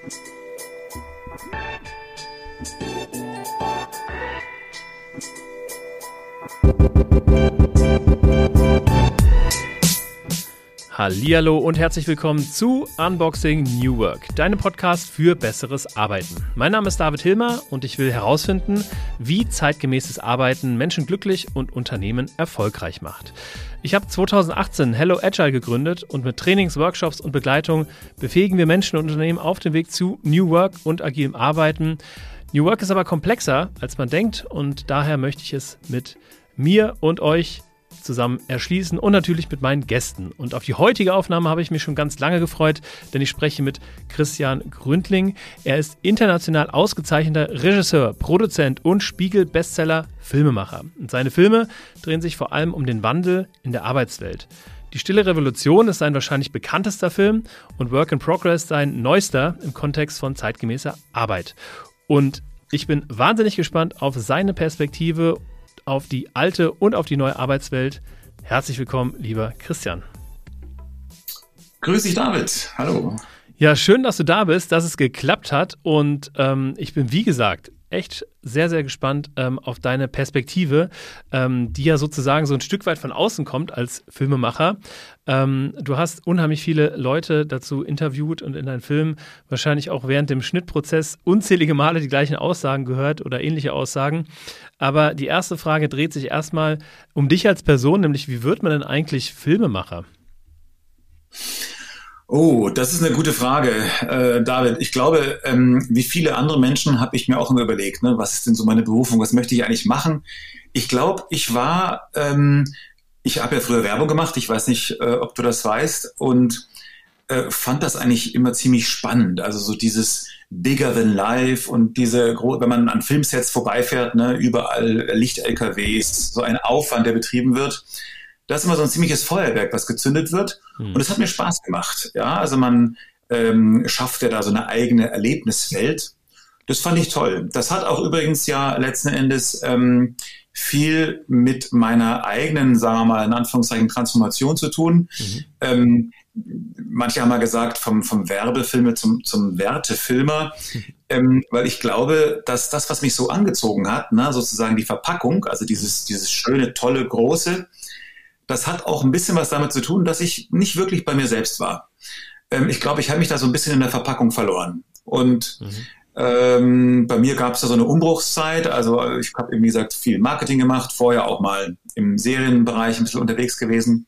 Hallihallo und herzlich willkommen zu Unboxing New Work, deinem Podcast für besseres Arbeiten. Mein Name ist David Hilmer und ich will herausfinden, wie zeitgemäßes Arbeiten Menschen glücklich und Unternehmen erfolgreich macht. Ich habe 2018 Hello Agile gegründet und mit Trainings, Workshops und Begleitung befähigen wir Menschen und Unternehmen auf dem Weg zu New Work und agilem Arbeiten. New Work ist aber komplexer, als man denkt, und daher möchte ich es mit mir und euch zusammen erschließen und natürlich mit meinen Gästen. Und auf die heutige Aufnahme habe ich mich schon ganz lange gefreut, denn ich spreche mit Christian Gründling. Er ist international ausgezeichneter Regisseur, Produzent und Spiegel-Bestseller-Filmemacher. Und seine Filme drehen sich vor allem um den Wandel in der Arbeitswelt. Die Stille Revolution ist sein wahrscheinlich bekanntester Film und Work in Progress sein neuester im Kontext von zeitgemäßer Arbeit. Und ich bin wahnsinnig gespannt auf seine Perspektive auf die alte und auf die neue Arbeitswelt. Herzlich willkommen, lieber Christian. Grüß dich, David. Hallo. Ja, schön, dass du da bist, dass es geklappt hat. Und ich bin, wie gesagt, echt sehr, sehr gespannt auf deine Perspektive, die ja sozusagen so ein Stück weit von außen kommt als Filmemacher. Du hast unheimlich viele Leute dazu interviewt und in deinem Film wahrscheinlich auch während dem Schnittprozess unzählige Male die gleichen Aussagen gehört oder ähnliche Aussagen. Aber die erste Frage dreht sich erstmal um dich als Person, nämlich wie wird man denn eigentlich Filmemacher? Oh, das ist eine gute Frage, David. Ich glaube, wie viele andere Menschen habe ich mir auch immer überlegt, ne? Was ist denn so meine Berufung, was möchte ich eigentlich machen? Ich glaube, ich habe ja früher Werbung gemacht, ich weiß nicht, ob du das weißt, und fand das eigentlich immer ziemlich spannend. Also so dieses Bigger than life und wenn man an Filmsets vorbeifährt, ne, überall Licht-LKWs, so ein Aufwand, der betrieben wird. Das ist immer so ein ziemliches Feuerwerk, was gezündet wird. Und es hat mir Spaß gemacht. Ja, also man schafft ja da so eine eigene Erlebniswelt. Das fand ich toll. Das hat auch übrigens ja letzten Endes viel mit meiner eigenen, sagen wir mal, in Anführungszeichen Transformation zu tun. Manche haben mal gesagt, vom Werbefilme zum Wertefilmer, weil ich glaube, dass das, was mich so angezogen hat, ne, sozusagen die Verpackung, also dieses schöne, tolle, große, das hat auch ein bisschen was damit zu tun, dass ich nicht wirklich bei mir selbst war. Ich glaube, ich habe mich da so ein bisschen in der Verpackung verloren. Und bei mir gab es da so eine Umbruchszeit. Also ich habe, wie gesagt, viel Marketing gemacht, vorher auch mal im Serienbereich ein bisschen unterwegs gewesen.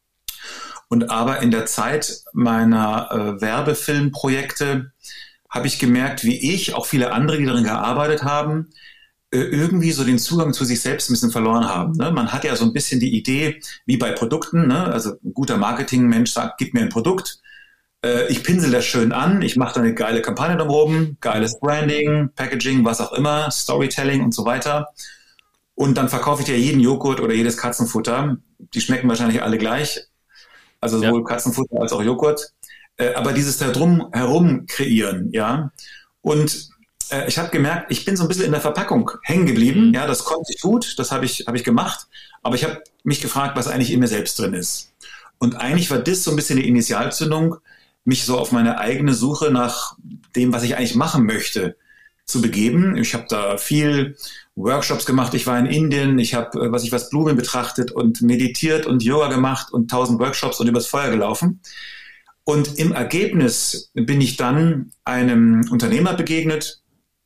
Und aber in der Zeit meiner Werbefilmprojekte habe ich gemerkt, wie ich, auch viele andere, die darin gearbeitet haben, irgendwie so den Zugang zu sich selbst ein bisschen verloren haben. Ne? Man hat ja so ein bisschen die Idee, wie bei Produkten, ne? Also ein guter Marketingmensch sagt, gib mir ein Produkt, ich pinsel das schön an, ich mache da eine geile Kampagne drumherum, geiles Branding, Packaging, was auch immer, Storytelling und so weiter. Und dann verkaufe ich dir jeden Joghurt oder jedes Katzenfutter. Die schmecken wahrscheinlich alle gleich, also sowohl Katzenfutter als auch Joghurt. Aber dieses da drumherum kreieren, ja. Und ich habe gemerkt, ich bin so ein bisschen in der Verpackung hängen geblieben. Ja, das konnte ich gut, das habe ich gemacht. Aber ich habe mich gefragt, was eigentlich in mir selbst drin ist. Und eigentlich war das so ein bisschen die Initialzündung, mich so auf meine eigene Suche nach dem, was ich eigentlich machen möchte, zu begeben. Ich habe da viel Workshops gemacht. Ich war in Indien. Ich habe, was Blumen betrachtet und meditiert und Yoga gemacht und 1000 Workshops und übers Feuer gelaufen. Und im Ergebnis bin ich dann einem Unternehmer begegnet.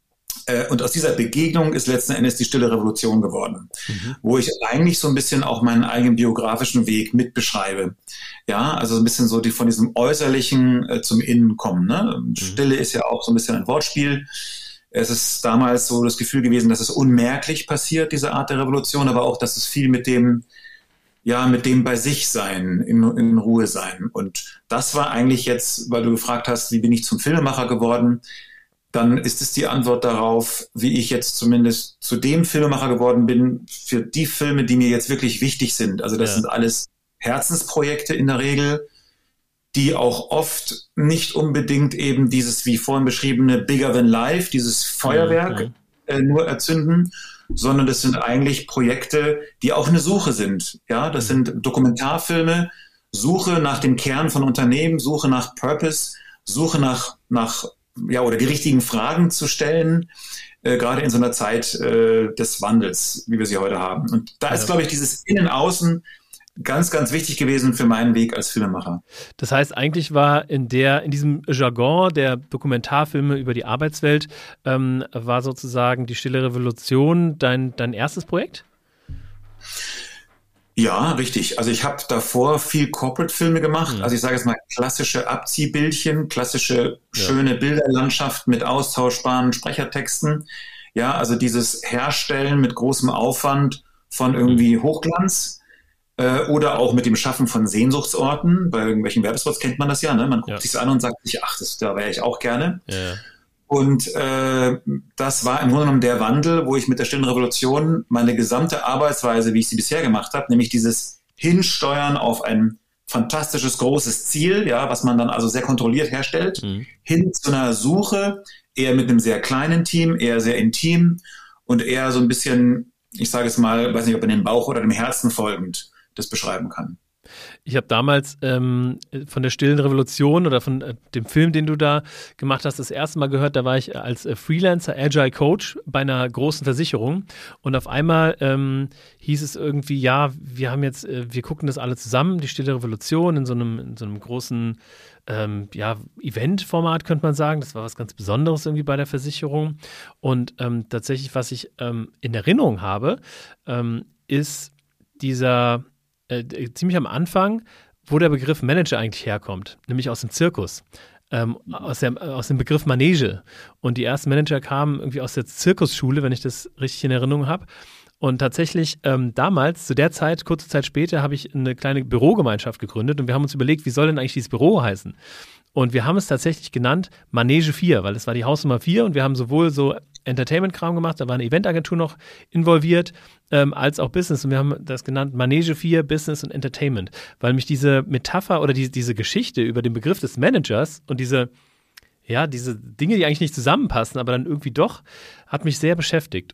Und aus dieser Begegnung ist letzten Endes die Stille Revolution geworden, wo ich eigentlich so ein bisschen auch meinen eigenen biografischen Weg mit beschreibe. Ja, also so ein bisschen so von diesem Äußerlichen zum Innen kommen. Ne? Stille ist ja auch so ein bisschen ein Wortspiel. Es ist damals so das Gefühl gewesen, dass es unmerklich passiert, diese Art der Revolution, aber auch, dass es viel mit dem bei sich sein, in Ruhe sein. Und das war eigentlich jetzt, weil du gefragt hast, wie bin ich zum Filmemacher geworden, dann ist es die Antwort darauf, wie ich jetzt zumindest zu dem Filmemacher geworden bin, für die Filme, die mir jetzt wirklich wichtig sind. Also das sind alles Herzensprojekte in der Regel, die auch oft nicht unbedingt eben dieses, wie vorhin beschriebene, Bigger than Life, dieses Feuerwerk nur erzünden, sondern das sind eigentlich Projekte, die auch eine Suche sind. Ja, das sind Dokumentarfilme, Suche nach dem Kern von Unternehmen, Suche nach Purpose, Suche nach oder die richtigen Fragen zu stellen, gerade in so einer Zeit des Wandels, wie wir sie heute haben. Und da ist, glaube ich, dieses Innen-Außen ganz, ganz wichtig gewesen für meinen Weg als Filmemacher. Das heißt, eigentlich war in diesem Jargon der Dokumentarfilme über die Arbeitswelt, war sozusagen die Stille Revolution dein erstes Projekt? Ja, richtig. Also ich habe davor viel Corporate-Filme gemacht. Also ich sage jetzt mal klassische Abziehbildchen, klassische schöne Bilderlandschaft mit austauschbaren Sprechertexten. Ja, also dieses Herstellen mit großem Aufwand von irgendwie Hochglanz oder auch mit dem Schaffen von Sehnsuchtsorten. Bei irgendwelchen Werbespots kennt man das ja, ne? Man guckt sich's an und sagt sich, ach, da wäre ich auch gerne. Ja. Und das war im Grunde genommen der Wandel, wo ich mit der Stillen Revolution meine gesamte Arbeitsweise, wie ich sie bisher gemacht habe, nämlich dieses Hinsteuern auf ein fantastisches, großes Ziel, ja, was man dann also sehr kontrolliert herstellt, hin zu einer Suche, eher mit einem sehr kleinen Team, eher sehr intim und eher so ein bisschen, ich sage es mal, weiß nicht, ob in den Bauch oder dem Herzen folgend das beschreiben kann. Ich habe damals von der Stillen Revolution oder von dem Film, den du da gemacht hast, das erste Mal gehört, da war ich als Freelancer Agile Coach bei einer großen Versicherung und auf einmal hieß es irgendwie, ja, wir gucken das alle zusammen, die Stille Revolution in so einem großen Event-Format, könnte man sagen. Das war was ganz Besonderes irgendwie bei der Versicherung und tatsächlich, was ich in Erinnerung habe, ist dieser ziemlich am Anfang, wo der Begriff Manager eigentlich herkommt, nämlich aus dem Zirkus, aus dem Begriff Manege. Und die ersten Manager kamen irgendwie aus der Zirkusschule, wenn ich das richtig in Erinnerung habe. Und tatsächlich damals, zu der Zeit, kurze Zeit später, habe ich eine kleine Bürogemeinschaft gegründet und wir haben uns überlegt, wie soll denn eigentlich dieses Büro heißen? Und wir haben es tatsächlich genannt Manege 4, weil es war die Hausnummer 4 und wir haben sowohl so Entertainment-Kram gemacht, da war eine Eventagentur noch involviert, als auch Business. Und wir haben das genannt Manege 4, Business und Entertainment, weil mich diese Metapher oder diese Geschichte über den Begriff des Managers und diese Dinge, die eigentlich nicht zusammenpassen, aber dann irgendwie doch, hat mich sehr beschäftigt.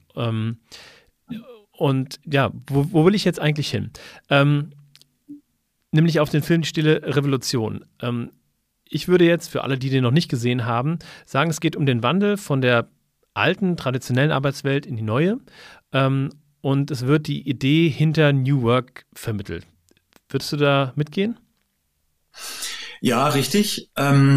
Und ja, wo will ich jetzt eigentlich hin? Nämlich auf den Film Die Stille Revolution. Ich würde jetzt, für alle, die den noch nicht gesehen haben, sagen, es geht um den Wandel von der alten, traditionellen Arbeitswelt in die neue. Und es wird die Idee hinter New Work vermittelt. Würdest du da mitgehen? Ja, richtig.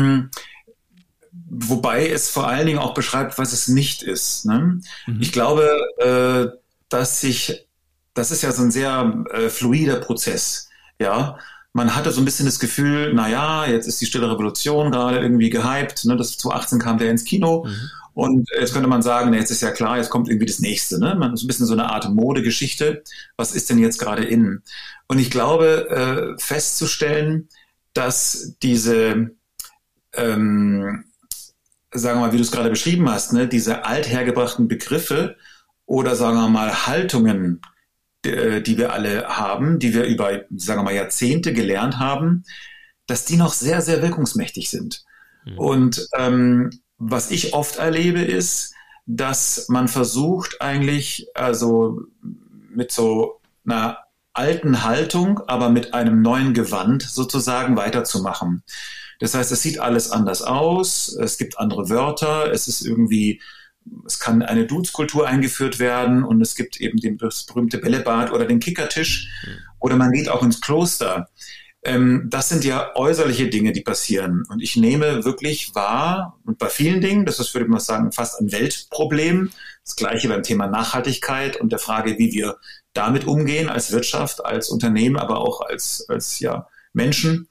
Wobei es vor allen Dingen auch beschreibt, was es nicht ist. Ne? Ich glaube, das ist ja so ein sehr fluider Prozess. Ja, man hatte so ein bisschen das Gefühl, jetzt ist die Stille Revolution gerade irgendwie gehypt. Ne? Das 2018 kam der ins Kino. Und jetzt könnte man sagen, jetzt ist ja klar, jetzt kommt irgendwie das Nächste. Ne? Man ist ein bisschen so eine Art Modegeschichte. Was ist denn jetzt gerade in? Und ich glaube, festzustellen, dass diese, sagen wir mal, wie du es gerade beschrieben hast, ne, diese althergebrachten Begriffe oder sagen wir mal Haltungen, die wir alle haben, die wir über, sagen wir mal, Jahrzehnte gelernt haben, dass die noch sehr, sehr wirkungsmächtig sind. Und was ich oft erlebe, ist, dass man versucht eigentlich, also mit so einer alten Haltung, aber mit einem neuen Gewand sozusagen weiterzumachen. Das heißt, es sieht alles anders aus, es gibt andere Wörter, es kann eine Dudes-Kultur eingeführt werden und es gibt eben das berühmte Bällebad oder den Kickertisch oder man geht auch ins Kloster. Das sind ja äußerliche Dinge, die passieren. Und ich nehme wirklich wahr, und bei vielen Dingen, das ist, würde ich mal sagen, fast ein Weltproblem, das Gleiche beim Thema Nachhaltigkeit und der Frage, wie wir damit umgehen als Wirtschaft, als Unternehmen, aber auch als Menschen,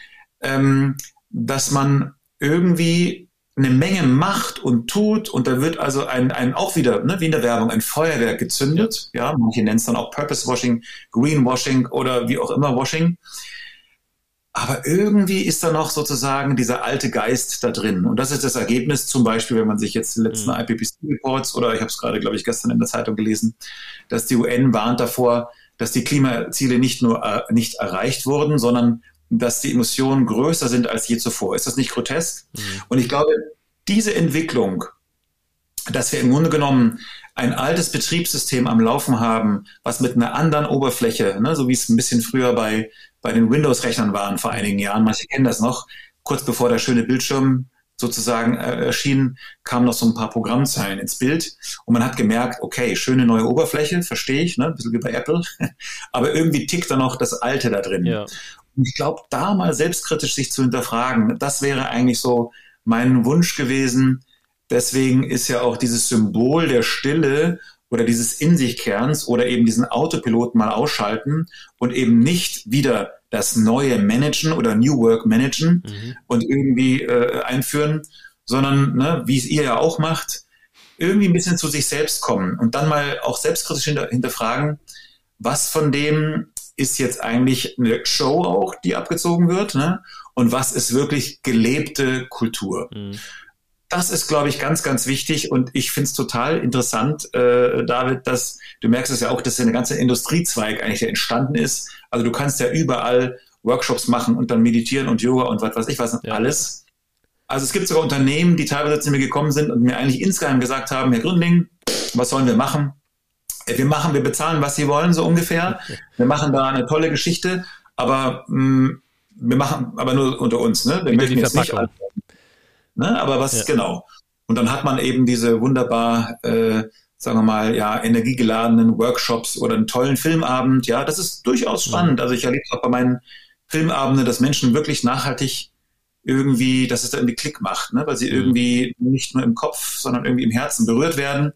dass man irgendwie eine Menge macht und tut und da wird also ein auch wieder, ne, wie in der Werbung, ein Feuerwerk gezündet. Ja, manche nennen es dann auch Purpose-Washing, Greenwashing oder wie auch immer Washing. Aber irgendwie ist da noch sozusagen dieser alte Geist da drin. Und das ist das Ergebnis zum Beispiel, wenn man sich jetzt die letzten IPCC-Reports oder ich habe es gerade, glaube ich, gestern in der Zeitung gelesen, dass die UN warnt davor, dass die Klimaziele nicht nur nicht erreicht wurden, sondern dass die Emissionen größer sind als je zuvor. Ist das nicht grotesk? Und ich glaube, diese Entwicklung, dass wir im Grunde genommen ein altes Betriebssystem am Laufen haben, was mit einer anderen Oberfläche, ne, so wie es ein bisschen früher bei den Windows-Rechnern waren vor einigen Jahren, manche kennen das noch, kurz bevor der schöne Bildschirm sozusagen erschienen, kamen noch so ein paar Programmzeilen ins Bild und man hat gemerkt, okay, schöne neue Oberfläche, verstehe ich, ne, ein bisschen wie bei Apple, aber irgendwie tickt da noch das Alte da drin. Ja. Und ich glaube, da mal selbstkritisch sich zu hinterfragen, das wäre eigentlich so mein Wunsch gewesen. Deswegen ist ja auch dieses Symbol der Stille oder dieses In-sich-Kehrens oder eben diesen Autopiloten mal ausschalten und eben nicht wieder das neue Managen oder New Work managen und irgendwie einführen, sondern, ne, wie es ihr ja auch macht, irgendwie ein bisschen zu sich selbst kommen und dann mal auch selbstkritisch hinterfragen, was von dem ist jetzt eigentlich eine Show auch, die abgezogen wird, ne? Und was ist wirklich gelebte Kultur? Das ist, glaube ich, ganz, ganz wichtig und ich finde es total interessant, David, dass du merkst es ja auch, dass ja eine ganze Industriezweig eigentlich der entstanden ist. Also du kannst ja überall Workshops machen und dann meditieren und Yoga und was weiß ich was, alles. Also es gibt sogar Unternehmen, die teilweise zu mir gekommen sind und mir eigentlich insgeheim gesagt haben, Herr Gründling, was sollen wir machen? Wir bezahlen, was Sie wollen, so ungefähr. Wir machen da eine tolle Geschichte, aber wir machen aber nur unter uns. Ne? Wir möchten jetzt nicht antworten. Ne? Aber was genau? Und dann hat man eben diese wunderbar, sagen wir mal, ja, energiegeladenen Workshops oder einen tollen Filmabend. Ja, das ist durchaus spannend. Also ich erlebe auch bei meinen Filmabenden, dass Menschen wirklich nachhaltig irgendwie, dass es da irgendwie Klick macht, ne? Weil sie irgendwie nicht nur im Kopf, sondern irgendwie im Herzen berührt werden.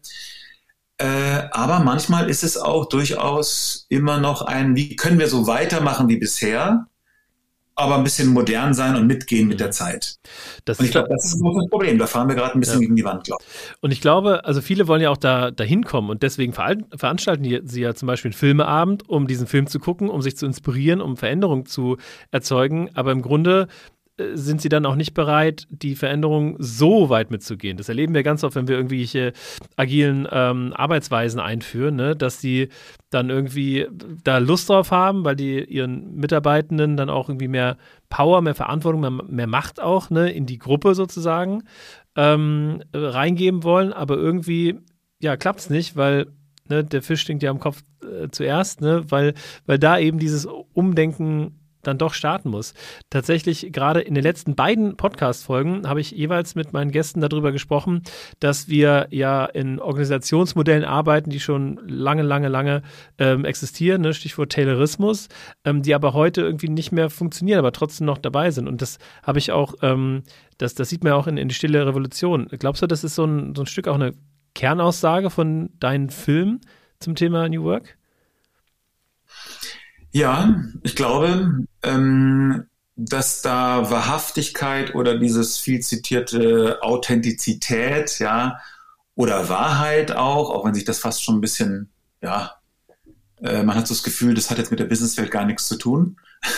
Aber manchmal ist es auch durchaus immer noch wie können wir so weitermachen wie bisher, aber ein bisschen modern sein und mitgehen mit der Zeit. Und ich glaube, das ist ein großes Problem. Da fahren wir gerade ein bisschen gegen die Wand, glaube ich. Und ich glaube, also viele wollen ja auch dahin kommen und deswegen veranstalten sie ja zum Beispiel einen Filmeabend, um diesen Film zu gucken, um sich zu inspirieren, um Veränderungen zu erzeugen. Aber im Grunde sind sie dann auch nicht bereit, die Veränderung so weit mitzugehen. Das erleben wir ganz oft, wenn wir irgendwelche agilen Arbeitsweisen einführen, ne? Dass die dann irgendwie da Lust drauf haben, weil die ihren Mitarbeitenden dann auch irgendwie mehr Power, mehr Verantwortung, mehr Macht auch, ne, in die Gruppe sozusagen reingeben wollen, aber irgendwie, ja, klappt es nicht, weil der Fisch stinkt ja am Kopf zuerst, ne, weil da eben dieses Umdenken dann doch starten muss. Tatsächlich, gerade in den letzten beiden Podcast-Folgen habe ich jeweils mit meinen Gästen darüber gesprochen, dass wir ja in Organisationsmodellen arbeiten, die schon lange existieren, ne? Stichwort Taylorismus, die aber heute irgendwie nicht mehr funktionieren, aber trotzdem noch dabei sind. Und das habe ich auch, das sieht man ja auch in die Stille Revolution. Glaubst du, das ist so ein Stück auch eine Kernaussage von deinen Filmen zum Thema New Work? Ja, ich glaube, dass da Wahrhaftigkeit oder dieses viel zitierte Authentizität, ja, oder Wahrheit auch wenn sich das fast schon ein bisschen, ja, man hat so das Gefühl, das hat jetzt mit der Businesswelt gar nichts zu tun.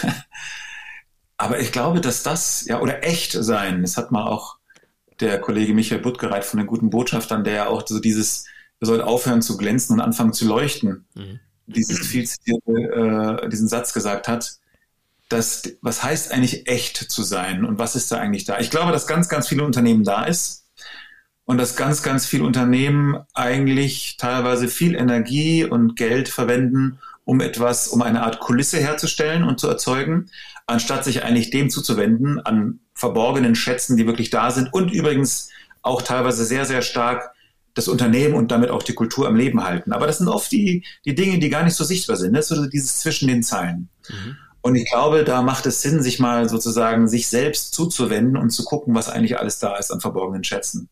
Aber ich glaube, dass das, ja, oder echt sein, das hat mal auch der Kollege Michael Buttgereit von den guten Botschaftern, der ja auch so wir sollen aufhören zu glänzen und anfangen zu leuchten. Dieses viel zitierte, diesen Satz gesagt hat, was heißt eigentlich echt zu sein und was ist da eigentlich da? Ich glaube, dass ganz, ganz viele Unternehmen da ist und dass ganz, ganz viele Unternehmen eigentlich teilweise viel Energie und Geld verwenden, um eine Art Kulisse herzustellen und zu erzeugen, anstatt sich eigentlich dem zuzuwenden, an verborgenen Schätzen, die wirklich da sind und übrigens auch teilweise sehr, sehr stark das Unternehmen und damit auch die Kultur am Leben halten. Aber das sind oft die Dinge, die gar nicht so sichtbar sind. Das ist so dieses zwischen den Zeilen. Und ich glaube, da macht es Sinn, sich mal sozusagen sich selbst zuzuwenden und zu gucken, was eigentlich alles da ist an verborgenen Schätzen.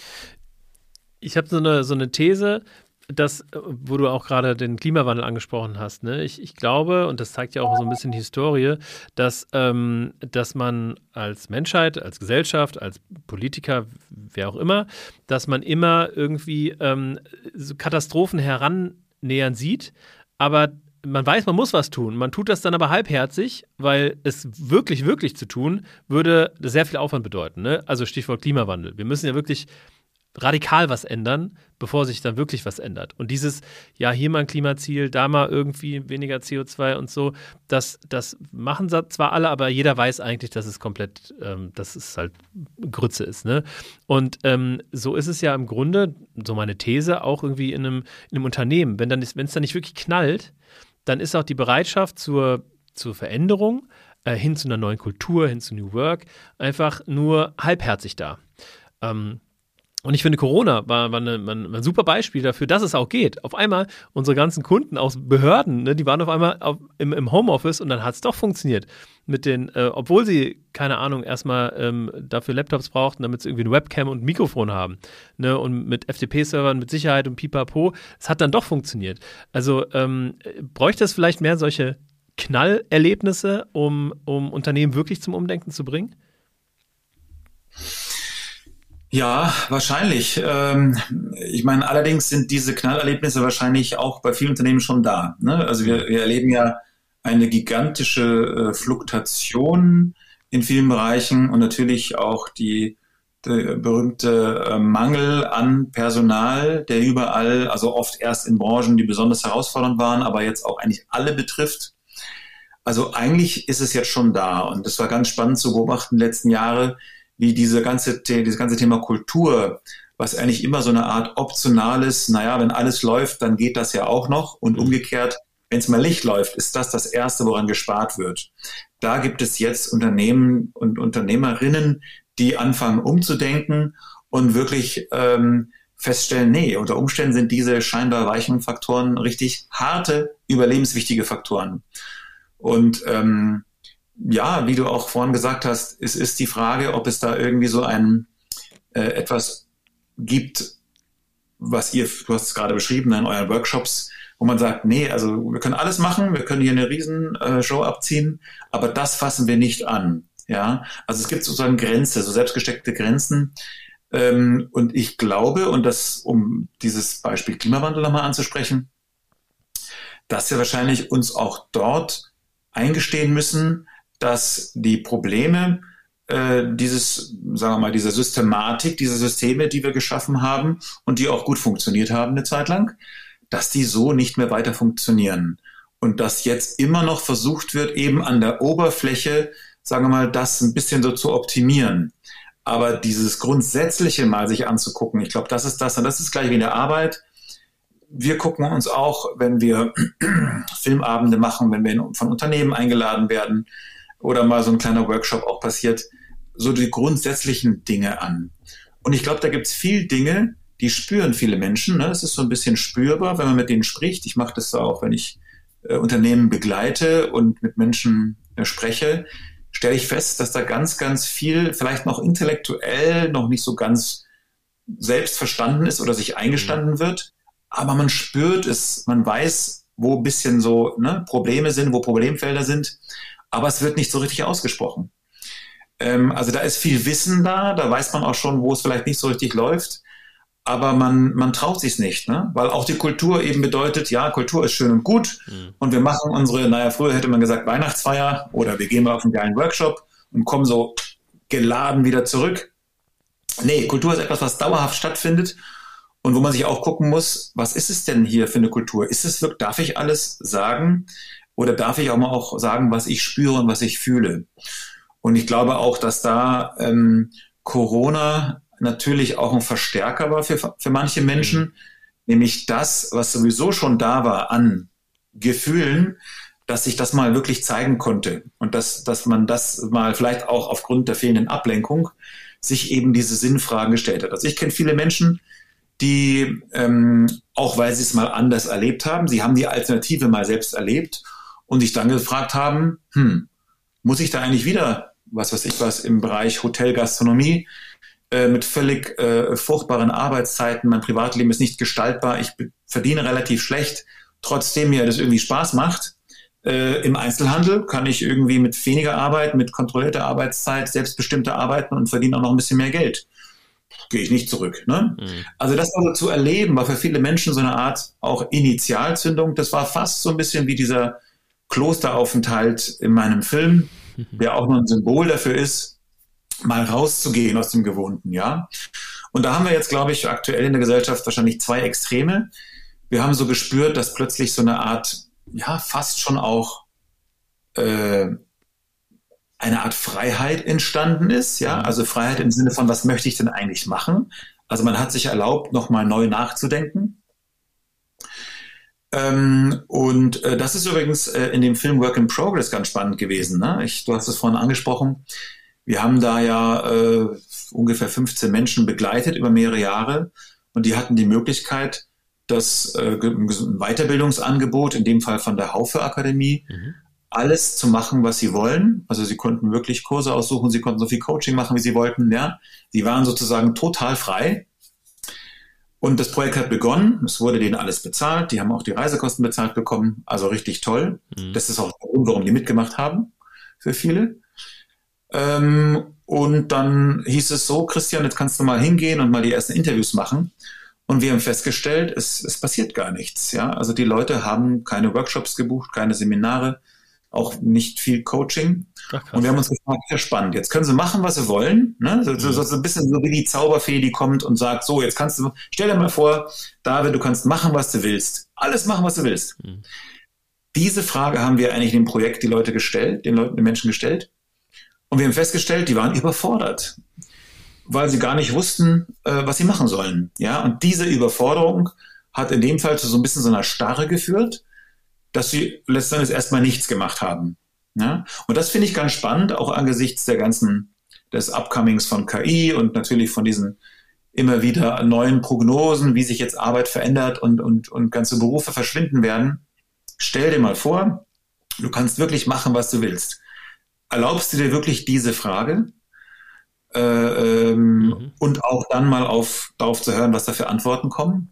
Ich habe so eine These, wo du auch gerade den Klimawandel angesprochen hast, ne? Ich glaube, und das zeigt ja auch so ein bisschen die Historie, dass man als Menschheit, als Gesellschaft, als Politiker, wer auch immer, dass man immer irgendwie so Katastrophen herannähern sieht, aber man weiß, man muss was tun. Man tut das dann aber halbherzig, weil es wirklich, wirklich zu tun, würde sehr viel Aufwand bedeuten, ne? Also Stichwort Klimawandel. Wir müssen ja wirklich radikal was ändern, bevor sich dann wirklich was ändert. Und dieses, ja, hier mal ein Klimaziel, da mal irgendwie weniger CO2 und so, das machen zwar alle, aber jeder weiß eigentlich, dass es komplett, dass es halt Grütze ist, ne? Und so ist es ja im Grunde, so meine These, auch irgendwie in einem Unternehmen. Wenn es dann nicht wirklich knallt, dann ist auch die Bereitschaft zur Veränderung hin zu einer neuen Kultur, hin zu New Work, einfach nur halbherzig da. Und ich finde, Corona war ein super Beispiel dafür, dass es auch geht. Auf einmal unsere ganzen Kunden aus Behörden, ne, die waren auf einmal im Homeoffice und dann hat es doch funktioniert. Mit den, obwohl sie, keine Ahnung, erstmal dafür Laptops brauchten, damit sie irgendwie eine Webcam und ein Mikrofon haben. Ne, und mit FTP-Servern, mit Sicherheit und Pipapo. Es hat dann doch funktioniert. Also bräuchte es vielleicht mehr solche Knallerlebnisse, um Unternehmen wirklich zum Umdenken zu bringen? Ja, wahrscheinlich. Ich meine, allerdings sind diese Knallerlebnisse wahrscheinlich auch bei vielen Unternehmen schon da. Ne? Also wir erleben ja eine gigantische Fluktuation in vielen Bereichen und natürlich auch der berühmte Mangel an Personal, der überall, also oft erst in Branchen, die besonders herausfordernd waren, aber jetzt auch eigentlich alle betrifft. Also eigentlich ist es jetzt schon da und das war ganz spannend zu beobachten in den letzten Jahren, wie dieses ganze Thema Kultur, was eigentlich immer so eine Art optionales, naja, wenn alles läuft, dann geht das ja auch noch. Und umgekehrt, wenn es mal nicht läuft, ist das Erste, woran gespart wird. Da gibt es jetzt Unternehmen und Unternehmerinnen, die anfangen umzudenken und wirklich feststellen, nee, unter Umständen sind diese scheinbar weichen Faktoren richtig harte, überlebenswichtige Faktoren. Und ja, wie du auch vorhin gesagt hast, es ist die Frage, ob es da irgendwie so etwas gibt, du hast es gerade beschrieben in euren Workshops, wo man sagt, nee, also wir können alles machen, wir können hier eine riesen Show abziehen, aber das fassen wir nicht an. Ja, also es gibt sozusagen Grenzen, so selbstgesteckte Grenzen. Und ich glaube, um dieses Beispiel Klimawandel nochmal anzusprechen, dass wir wahrscheinlich uns auch dort eingestehen müssen, dass die Probleme dieser Systematik, diese Systeme, die wir geschaffen haben und die auch gut funktioniert haben eine Zeit lang, dass die so nicht mehr weiter funktionieren. Und dass jetzt immer noch versucht wird, eben an der Oberfläche, sagen wir mal, das ein bisschen so zu optimieren. Aber dieses Grundsätzliche mal sich anzugucken, ich glaube, das ist das, und das ist gleich wie in der Arbeit. Wir gucken uns auch, wenn wir Filmabende machen, wenn wir von Unternehmen eingeladen werden oder mal so ein kleiner Workshop auch passiert, so die grundsätzlichen Dinge an. Und ich glaube, da gibt es viele Dinge, die spüren viele Menschen. Ne? Es ist so ein bisschen spürbar, wenn man mit denen spricht. Ich mache das auch, wenn ich Unternehmen begleite und mit Menschen spreche, stelle ich fest, dass da ganz, ganz viel vielleicht noch intellektuell noch nicht so ganz selbst verstanden ist oder sich eingestanden wird. Aber man spürt es, man weiß, wo ein bisschen so Probleme sind, wo Problemfelder sind, aber es wird nicht so richtig ausgesprochen. Also da ist viel Wissen da weiß man auch schon, wo es vielleicht nicht so richtig läuft, aber man traut sich nicht, ne? Weil auch die Kultur eben bedeutet, ja, Kultur ist schön und gut und wir machen unsere, früher hätte man gesagt Weihnachtsfeier oder wir gehen mal auf einen geilen Workshop und kommen so geladen wieder zurück. Nee, Kultur ist etwas, was dauerhaft stattfindet. Und wo man sich auch gucken muss, was ist es denn hier für eine Kultur? Darf ich alles sagen? Oder darf ich auch mal sagen, was ich spüre und was ich fühle? Und ich glaube auch, dass da Corona natürlich auch ein Verstärker war für manche Menschen. Nämlich das, was sowieso schon da war an Gefühlen, dass sich das mal wirklich zeigen konnte. Und dass man das mal vielleicht auch aufgrund der fehlenden Ablenkung sich eben diese Sinnfragen gestellt hat. Also ich kenne viele Menschen, die, auch weil sie es mal anders erlebt haben, sie haben die Alternative mal selbst erlebt und sich dann gefragt haben, muss ich da eigentlich wieder, was im Bereich Hotelgastronomie mit völlig furchtbaren Arbeitszeiten, mein Privatleben ist nicht gestaltbar, ich verdiene relativ schlecht, trotzdem mir das irgendwie Spaß macht. Im Einzelhandel kann ich irgendwie mit weniger Arbeit, mit kontrollierter Arbeitszeit, selbstbestimmter arbeiten und verdiene auch noch ein bisschen mehr Geld. Gehe ich nicht zurück. Ne? Also das also zu erleben, war für viele Menschen so eine Art auch Initialzündung. Das war fast so ein bisschen wie dieser Klosteraufenthalt in meinem Film, der auch noch ein Symbol dafür ist, mal rauszugehen aus dem Gewohnten. Ja? Und da haben wir jetzt, glaube ich, aktuell in der Gesellschaft wahrscheinlich zwei Extreme. Wir haben so gespürt, dass plötzlich so eine Art, fast schon auch eine Art Freiheit entstanden ist, also Freiheit im Sinne von, was möchte ich denn eigentlich machen? Also man hat sich erlaubt, nochmal neu nachzudenken. Das ist übrigens in dem Film Work in Progress ganz spannend gewesen. Ne? Du hast es vorhin angesprochen. Wir haben da ja ungefähr 15 Menschen begleitet über mehrere Jahre und die hatten die Möglichkeit, das ein Weiterbildungsangebot, in dem Fall von der Haufe Akademie, alles zu machen, was sie wollen. Also sie konnten wirklich Kurse aussuchen, sie konnten so viel Coaching machen, wie sie wollten. Ja? Sie waren sozusagen total frei. Und das Projekt hat begonnen, es wurde denen alles bezahlt, die haben auch die Reisekosten bezahlt bekommen, also richtig toll. Das ist auch der Grund, warum die mitgemacht haben, für viele. Und dann hieß es so, Christian, jetzt kannst du mal hingehen und mal die ersten Interviews machen. Und wir haben festgestellt, es passiert gar nichts. Ja? Also die Leute haben keine Workshops gebucht, keine Seminare, auch nicht viel Coaching. Ach, und wir haben uns gefragt, ja spannend, jetzt können sie machen, was sie wollen. Ne? So ein bisschen so wie die Zauberfee, die kommt und sagt, so, jetzt kannst du, stell dir mal vor, David, du kannst machen, was du willst. Alles machen, was du willst. Diese Frage haben wir eigentlich in dem Projekt den Menschen gestellt. Und wir haben festgestellt, die waren überfordert, weil sie gar nicht wussten, was sie machen sollen. Ja? Und diese Überforderung hat in dem Fall zu so ein bisschen so einer Starre geführt, dass sie letztendlich erstmal nichts gemacht haben. Ja? Und das finde ich ganz spannend, auch angesichts des Upcomings von KI und natürlich von diesen immer wieder neuen Prognosen, wie sich jetzt Arbeit verändert und ganze Berufe verschwinden werden. Stell dir mal vor, du kannst wirklich machen, was du willst. Erlaubst du dir wirklich diese Frage? Und auch dann mal darauf zu hören, was da für Antworten kommen?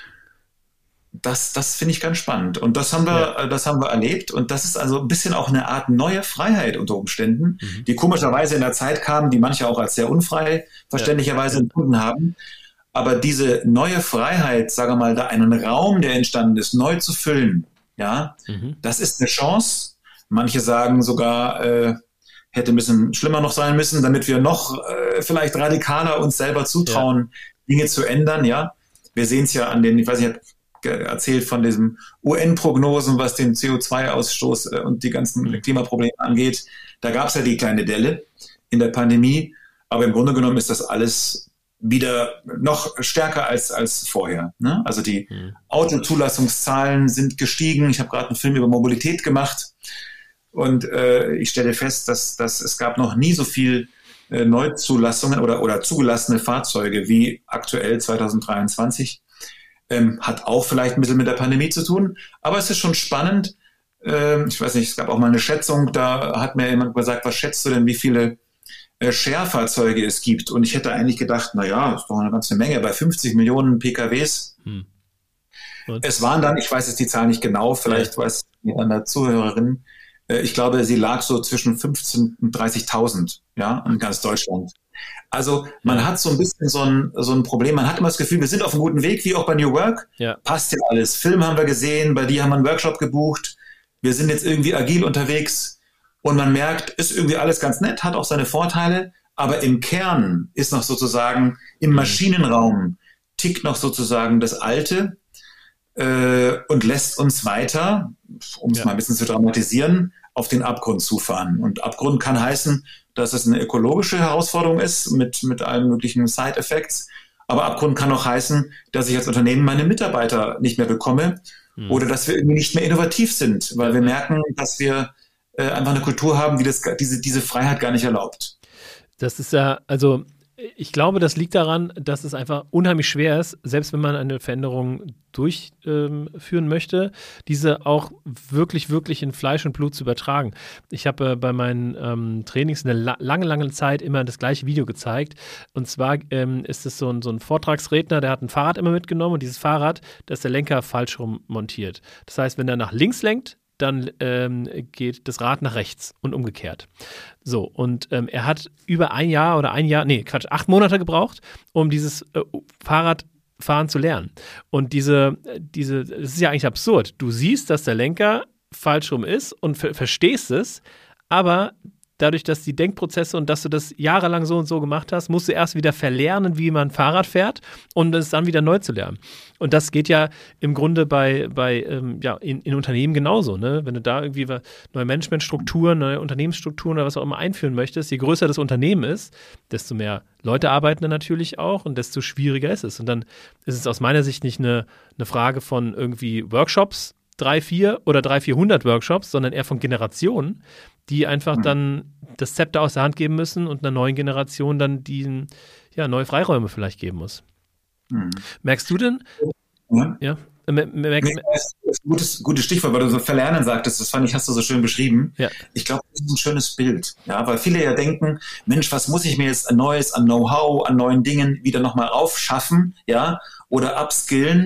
Das finde ich ganz spannend. Und das haben wir erlebt. Und das ist also ein bisschen auch eine Art neue Freiheit unter Umständen, die komischerweise in der Zeit kam, die manche auch als sehr unfrei verständlicherweise empfunden haben. Aber diese neue Freiheit, sage mal, da einen Raum, der entstanden ist, neu zu füllen, ja, das ist eine Chance. Manche sagen sogar, hätte ein bisschen schlimmer noch sein müssen, damit wir noch vielleicht radikaler uns selber zutrauen, Dinge zu ändern, ja. Wir sehen es ja an den, ich weiß nicht, erzählt von diesen UN-Prognosen, was den CO2-Ausstoß und die ganzen Klimaprobleme angeht. Da gab es ja die kleine Delle in der Pandemie, aber im Grunde genommen ist das alles wieder noch stärker als vorher. Ne? Also die Autozulassungszahlen sind gestiegen. Ich habe gerade einen Film über Mobilität gemacht und ich stelle fest, dass es gab noch nie so viel Neuzulassungen oder zugelassene Fahrzeuge wie aktuell 2023. Hat auch vielleicht ein bisschen mit der Pandemie zu tun, aber es ist schon spannend. Ich weiß nicht, es gab auch mal eine Schätzung, da hat mir jemand gesagt, was schätzt du denn, wie viele Share-Fahrzeuge es gibt? Und ich hätte eigentlich gedacht, naja, das ist doch eine ganze Menge, bei 50 Millionen PKWs. Es waren dann, ich weiß jetzt die Zahl nicht genau, vielleicht weiß die andere Zuhörerin, ich glaube, sie lag so zwischen 15.000 und 30.000, ja, in ganz Deutschland. Also man hat so ein bisschen so ein Problem. Man hat immer das Gefühl, wir sind auf einem guten Weg, wie auch bei New Work. Ja. Passt ja alles. Film haben wir gesehen, bei dir haben wir einen Workshop gebucht. Wir sind jetzt irgendwie agil unterwegs und man merkt, ist irgendwie alles ganz nett, hat auch seine Vorteile, aber im Kern ist noch sozusagen im Maschinenraum tickt noch sozusagen das Alte und lässt uns weiter, um es mal ein bisschen zu dramatisieren, auf den Abgrund zufahren. Und Abgrund kann heißen, dass es eine ökologische Herausforderung ist mit allen möglichen Side-Effects. Aber Abgrund kann auch heißen, dass ich als Unternehmen meine Mitarbeiter nicht mehr bekomme oder dass wir irgendwie nicht mehr innovativ sind, weil wir merken, dass wir einfach eine Kultur haben, die diese Freiheit gar nicht erlaubt. Das ist ja, also ich glaube, das liegt daran, dass es einfach unheimlich schwer ist, selbst wenn man eine Veränderung durchführen möchte, diese auch wirklich, wirklich in Fleisch und Blut zu übertragen. Ich habe bei meinen Trainings eine lange Zeit immer das gleiche Video gezeigt. Und zwar ist es so ein Vortragsredner, der hat ein Fahrrad immer mitgenommen und dieses Fahrrad, da ist der Lenker falsch rum montiert. Das heißt, wenn er nach links lenkt, dann geht das Rad nach rechts und umgekehrt. So, und er hat über 8 Monate gebraucht, um dieses Fahrradfahren zu lernen. Und das ist ja eigentlich absurd. Du siehst, dass der Lenker falsch rum ist und verstehst es, aber dadurch, dass die Denkprozesse und dass du das jahrelang so und so gemacht hast, musst du erst wieder verlernen, wie man Fahrrad fährt und es dann wieder neu zu lernen. Und das geht ja im Grunde in Unternehmen genauso. Ne? Wenn du da irgendwie neue Managementstrukturen, neue Unternehmensstrukturen oder was auch immer einführen möchtest, je größer das Unternehmen ist, desto mehr Leute arbeiten dann natürlich auch und desto schwieriger ist es. Und dann ist es aus meiner Sicht nicht eine Frage von irgendwie Workshops, 3, 4 oder 300, 400 Workshops, sondern eher von Generationen, die einfach dann das Zepter aus der Hand geben müssen und einer neuen Generation dann neue Freiräume vielleicht geben muss. Merkst du denn? Ja. Das ist ein gutes Stichwort, weil du so verlernen sagtest, das fand ich, hast du so schön beschrieben. Ja. Ich glaube, das ist ein schönes Bild, ja, weil viele ja denken, Mensch, was muss ich mir jetzt Neues an Know-how, an neuen Dingen wieder nochmal aufschaffen, ja, oder upskillen,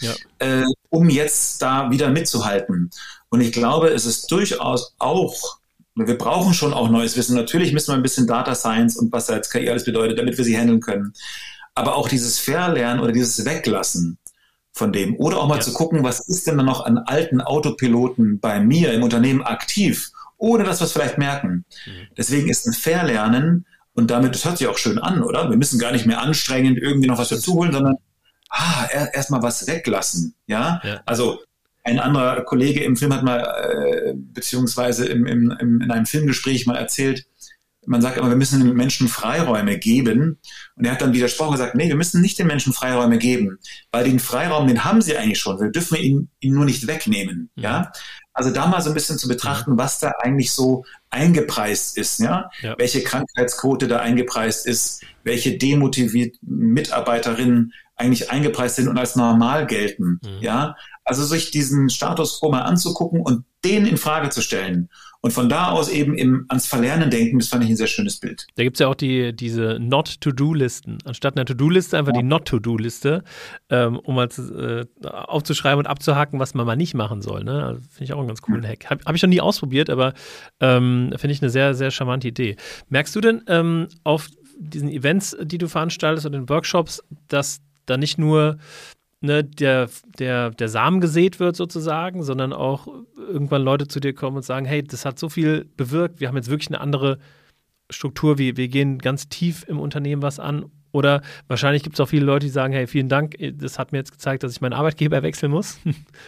um jetzt da wieder mitzuhalten. Und ich glaube, es ist durchaus auch, wir brauchen schon auch neues Wissen. Natürlich müssen wir ein bisschen Data Science und was da jetzt KI alles bedeutet, damit wir sie handeln können. Aber auch dieses Verlernen oder dieses Weglassen von dem. Oder auch mal zu gucken, was ist denn da noch an alten Autopiloten bei mir im Unternehmen aktiv, ohne dass wir es vielleicht merken. Deswegen ist ein Verlernen, und damit, das hört sich auch schön an, oder? Wir müssen gar nicht mehr anstrengend irgendwie noch was dazu holen, sondern erstmal was weglassen. Ja? Also ein anderer Kollege im Film hat mal, beziehungsweise in einem Filmgespräch mal erzählt, man sagt immer, wir müssen den Menschen Freiräume geben. Und er hat dann widersprochen und gesagt, nee, wir müssen nicht den Menschen Freiräume geben, weil den Freiraum, den haben sie eigentlich schon. Wir dürfen ihn nur nicht wegnehmen. Ja? Also da mal so ein bisschen zu betrachten, was da eigentlich so eingepreist ist. Ja? Welche Krankheitsquote da eingepreist ist, welche demotivierten Mitarbeiterinnen eigentlich eingepreist sind und als normal gelten. Ja? Also sich diesen Status quo mal anzugucken und den in Frage zu stellen. Und von da aus eben ans Verlernen denken, das fand ich ein sehr schönes Bild. Da gibt es ja auch diese Not-to-Do-Listen. Anstatt einer To-Do-Liste einfach die Not-to-Do-Liste, um mal aufzuschreiben und abzuhaken, was man mal nicht machen soll. Ne? Also finde ich auch einen ganz coolen Hack. Hab ich noch nie ausprobiert, aber finde ich eine sehr, sehr charmante Idee. Merkst du denn auf diesen Events, die du veranstaltest und den Workshops, dass da nicht nur der Samen gesät wird sozusagen, sondern auch irgendwann Leute zu dir kommen und sagen, hey, das hat so viel bewirkt, wir haben jetzt wirklich eine andere Struktur, wir gehen ganz tief im Unternehmen was an. Oder wahrscheinlich gibt es auch viele Leute, die sagen, hey, vielen Dank, das hat mir jetzt gezeigt, dass ich meinen Arbeitgeber wechseln muss.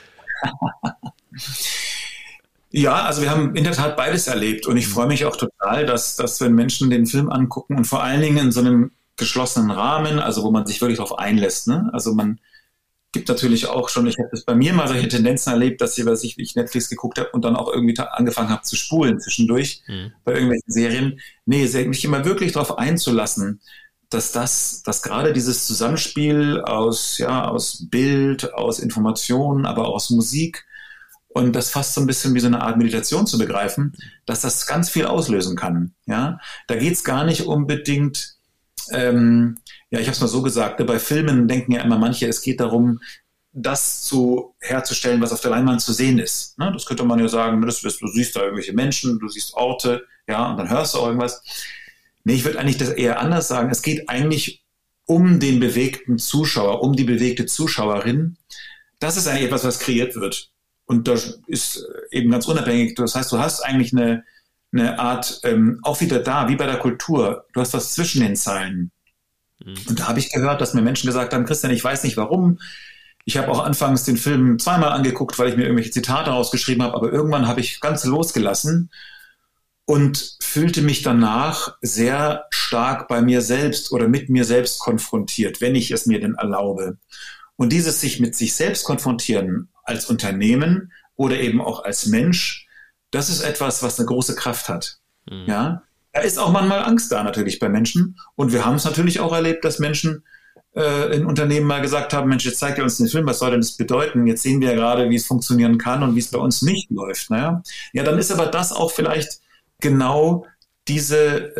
Ja, also wir haben in der Tat beides erlebt und ich freue mich auch total, dass wenn Menschen den Film angucken und vor allen Dingen in so einem geschlossenen Rahmen, also wo man sich wirklich darauf einlässt, ne? Also man gibt natürlich auch schon, ich habe das bei mir mal solche Tendenzen erlebt, dass ich Netflix geguckt habe und dann auch irgendwie angefangen habe zu spulen zwischendurch bei irgendwelchen Serien. Nee, mich immer wirklich darauf einzulassen, dass gerade dieses Zusammenspiel aus Bild, aus Informationen, aber auch aus Musik und das fast so ein bisschen wie so eine Art Meditation zu begreifen, dass das ganz viel auslösen kann. Ja, da geht's gar nicht unbedingt ich habe es mal so gesagt, bei Filmen denken ja immer manche, es geht darum, das herzustellen, was auf der Leinwand zu sehen ist. Ne? Das könnte man ja sagen, du siehst da irgendwelche Menschen, du siehst Orte, ja, und dann hörst du auch irgendwas. Nee, ich würde eigentlich das eher anders sagen. Es geht eigentlich um den bewegten Zuschauer, um die bewegte Zuschauerin. Das ist eigentlich etwas, was kreiert wird. Und das ist eben ganz unabhängig. Das heißt, du hast eigentlich eine Art, auch wieder da, wie bei der Kultur, du hast was zwischen den Zeilen. Und da habe ich gehört, dass mir Menschen gesagt haben, Christian, ich weiß nicht warum, ich habe auch anfangs den Film zweimal angeguckt, weil ich mir irgendwelche Zitate rausgeschrieben habe, aber irgendwann habe ich ganz losgelassen und fühlte mich danach sehr stark bei mir selbst oder mit mir selbst konfrontiert, wenn ich es mir denn erlaube. Und dieses sich mit sich selbst konfrontieren als Unternehmen oder eben auch als Mensch, das ist etwas, was eine große Kraft hat. Ja, da ist auch manchmal Angst da natürlich bei Menschen. Und wir haben es natürlich auch erlebt, dass Menschen in Unternehmen mal gesagt haben, Mensch, jetzt zeigt ihr uns den Film, was soll denn das bedeuten? Jetzt sehen wir ja gerade, wie es funktionieren kann und wie es bei uns nicht läuft. Naja, ja, dann ist aber das auch vielleicht genau diese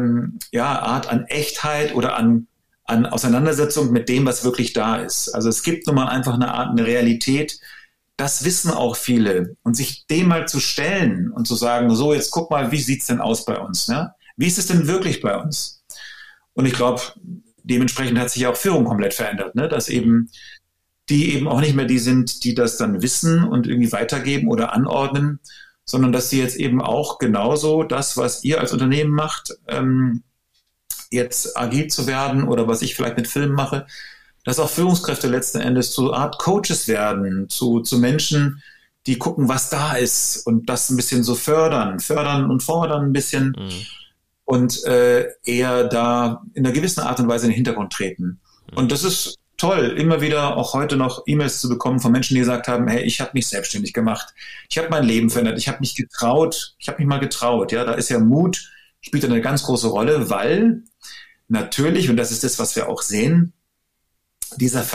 Art an Echtheit oder an Auseinandersetzung mit dem, was wirklich da ist. Also es gibt nun mal einfach eine Realität. Das wissen auch viele. Und sich dem mal zu stellen und zu sagen, so, jetzt guck mal, wie sieht's denn aus bei uns? Ne? Wie ist es denn wirklich bei uns? Und ich glaube, dementsprechend hat sich ja auch Führung komplett verändert, ne? Dass eben die eben auch nicht mehr die sind, die das dann wissen und irgendwie weitergeben oder anordnen, sondern dass sie jetzt eben auch genauso das, was ihr als Unternehmen macht, jetzt agil zu werden oder was ich vielleicht mit Filmen mache, dass auch Führungskräfte letzten Endes zu Art Coaches werden, zu Menschen, die gucken, was da ist und das ein bisschen so fördern und fordern ein bisschen und eher da in einer gewissen Art und Weise in den Hintergrund treten. Und das ist toll, immer wieder auch heute noch E-Mails zu bekommen von Menschen, die gesagt haben, hey, ich habe mich selbstständig gemacht, ich habe mein Leben verändert, ich habe mich mal getraut. Ja, da ist ja Mut, spielt eine ganz große Rolle, weil natürlich, und das ist das, was wir auch sehen, dieser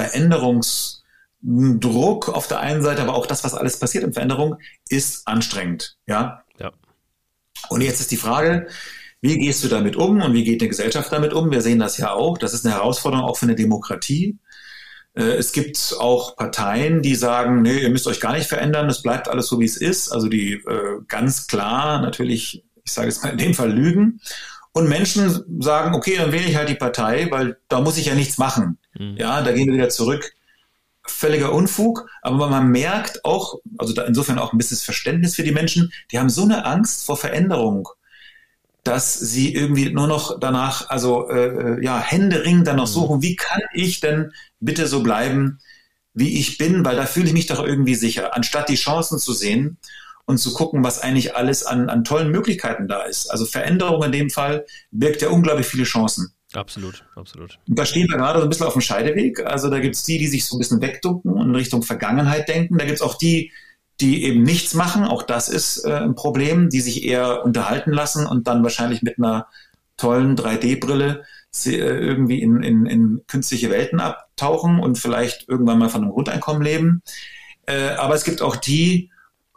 Veränderungsdruck auf der einen Seite, aber auch das, was alles passiert in Veränderung, ist anstrengend. Ja. Und jetzt ist die Frage, wie gehst du damit um und wie geht eine Gesellschaft damit um? Wir sehen das ja auch. Das ist eine Herausforderung auch für eine Demokratie. Es gibt auch Parteien, die sagen, nee, ihr müsst euch gar nicht verändern, es bleibt alles so, wie es ist. Also die ganz klar natürlich, ich sage es mal in dem Fall, lügen. Und Menschen sagen, okay, dann wähle ich halt die Partei, weil da muss ich ja nichts machen. Ja, da gehen wir wieder zurück. Völliger Unfug, aber man merkt auch, also da insofern auch ein bisschen Verständnis für die Menschen, die haben so eine Angst vor Veränderung, dass sie irgendwie nur noch danach, also händeringend danach suchen, wie kann ich denn bitte so bleiben, wie ich bin, weil da fühle ich mich doch irgendwie sicher, anstatt die Chancen zu sehen und zu gucken, was eigentlich alles an tollen Möglichkeiten da ist. Also Veränderung in dem Fall birgt ja unglaublich viele Chancen. Absolut. Und da stehen wir gerade so ein bisschen auf dem Scheideweg. Also da gibt es die sich so ein bisschen wegducken und in Richtung Vergangenheit denken. Da gibt es auch die eben nichts machen. Auch das ist ein Problem, die sich eher unterhalten lassen und dann wahrscheinlich mit einer tollen 3D-Brille irgendwie in künstliche Welten abtauchen und vielleicht irgendwann mal von einem Grundeinkommen leben. Aber es gibt auch die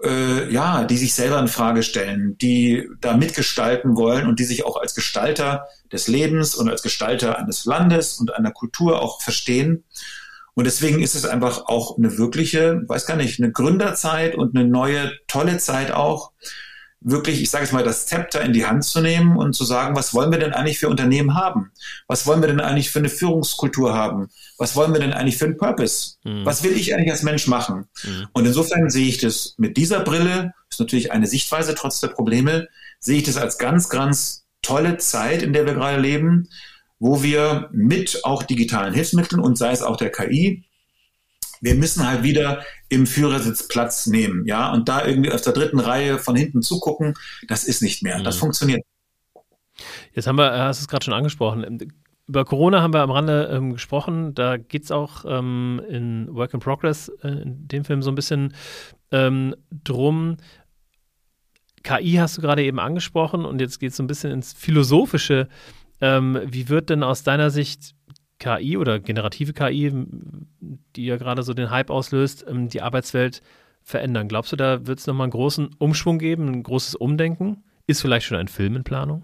sich selber in Frage stellen, die da mitgestalten wollen und die sich auch als Gestalter des Lebens und als Gestalter eines Landes und einer Kultur auch verstehen. Und deswegen ist es einfach auch eine wirkliche, eine Gründerzeit und eine neue, tolle Zeit auch, wirklich, ich sage jetzt mal, das Zepter in die Hand zu nehmen und zu sagen, was wollen wir denn eigentlich für Unternehmen haben? Was wollen wir denn eigentlich für eine Führungskultur haben? Was wollen wir denn eigentlich für einen Purpose? Was will ich eigentlich als Mensch machen? Und insofern sehe ich das mit dieser Brille, ist natürlich eine Sichtweise trotz der Probleme, sehe ich das als ganz, ganz tolle Zeit, in der wir gerade leben, wo wir mit auch digitalen Hilfsmitteln und sei es auch der KI, wir müssen halt wieder im Führersitz Platz nehmen, ja, und da irgendwie aus der dritten Reihe von hinten zugucken, das ist nicht mehr, das funktioniert. Jetzt hast du es gerade schon angesprochen, über Corona haben wir am Rande gesprochen, da geht es auch in Work in Progress, in dem Film so ein bisschen drum. KI hast du gerade eben angesprochen und jetzt geht es so ein bisschen ins Philosophische. Wie wird denn aus deiner Sicht KI oder generative KI, die ja gerade so den Hype auslöst, die Arbeitswelt verändern? Glaubst du, da wird es nochmal einen großen Umschwung geben, ein großes Umdenken? Ist vielleicht schon ein Film in Planung?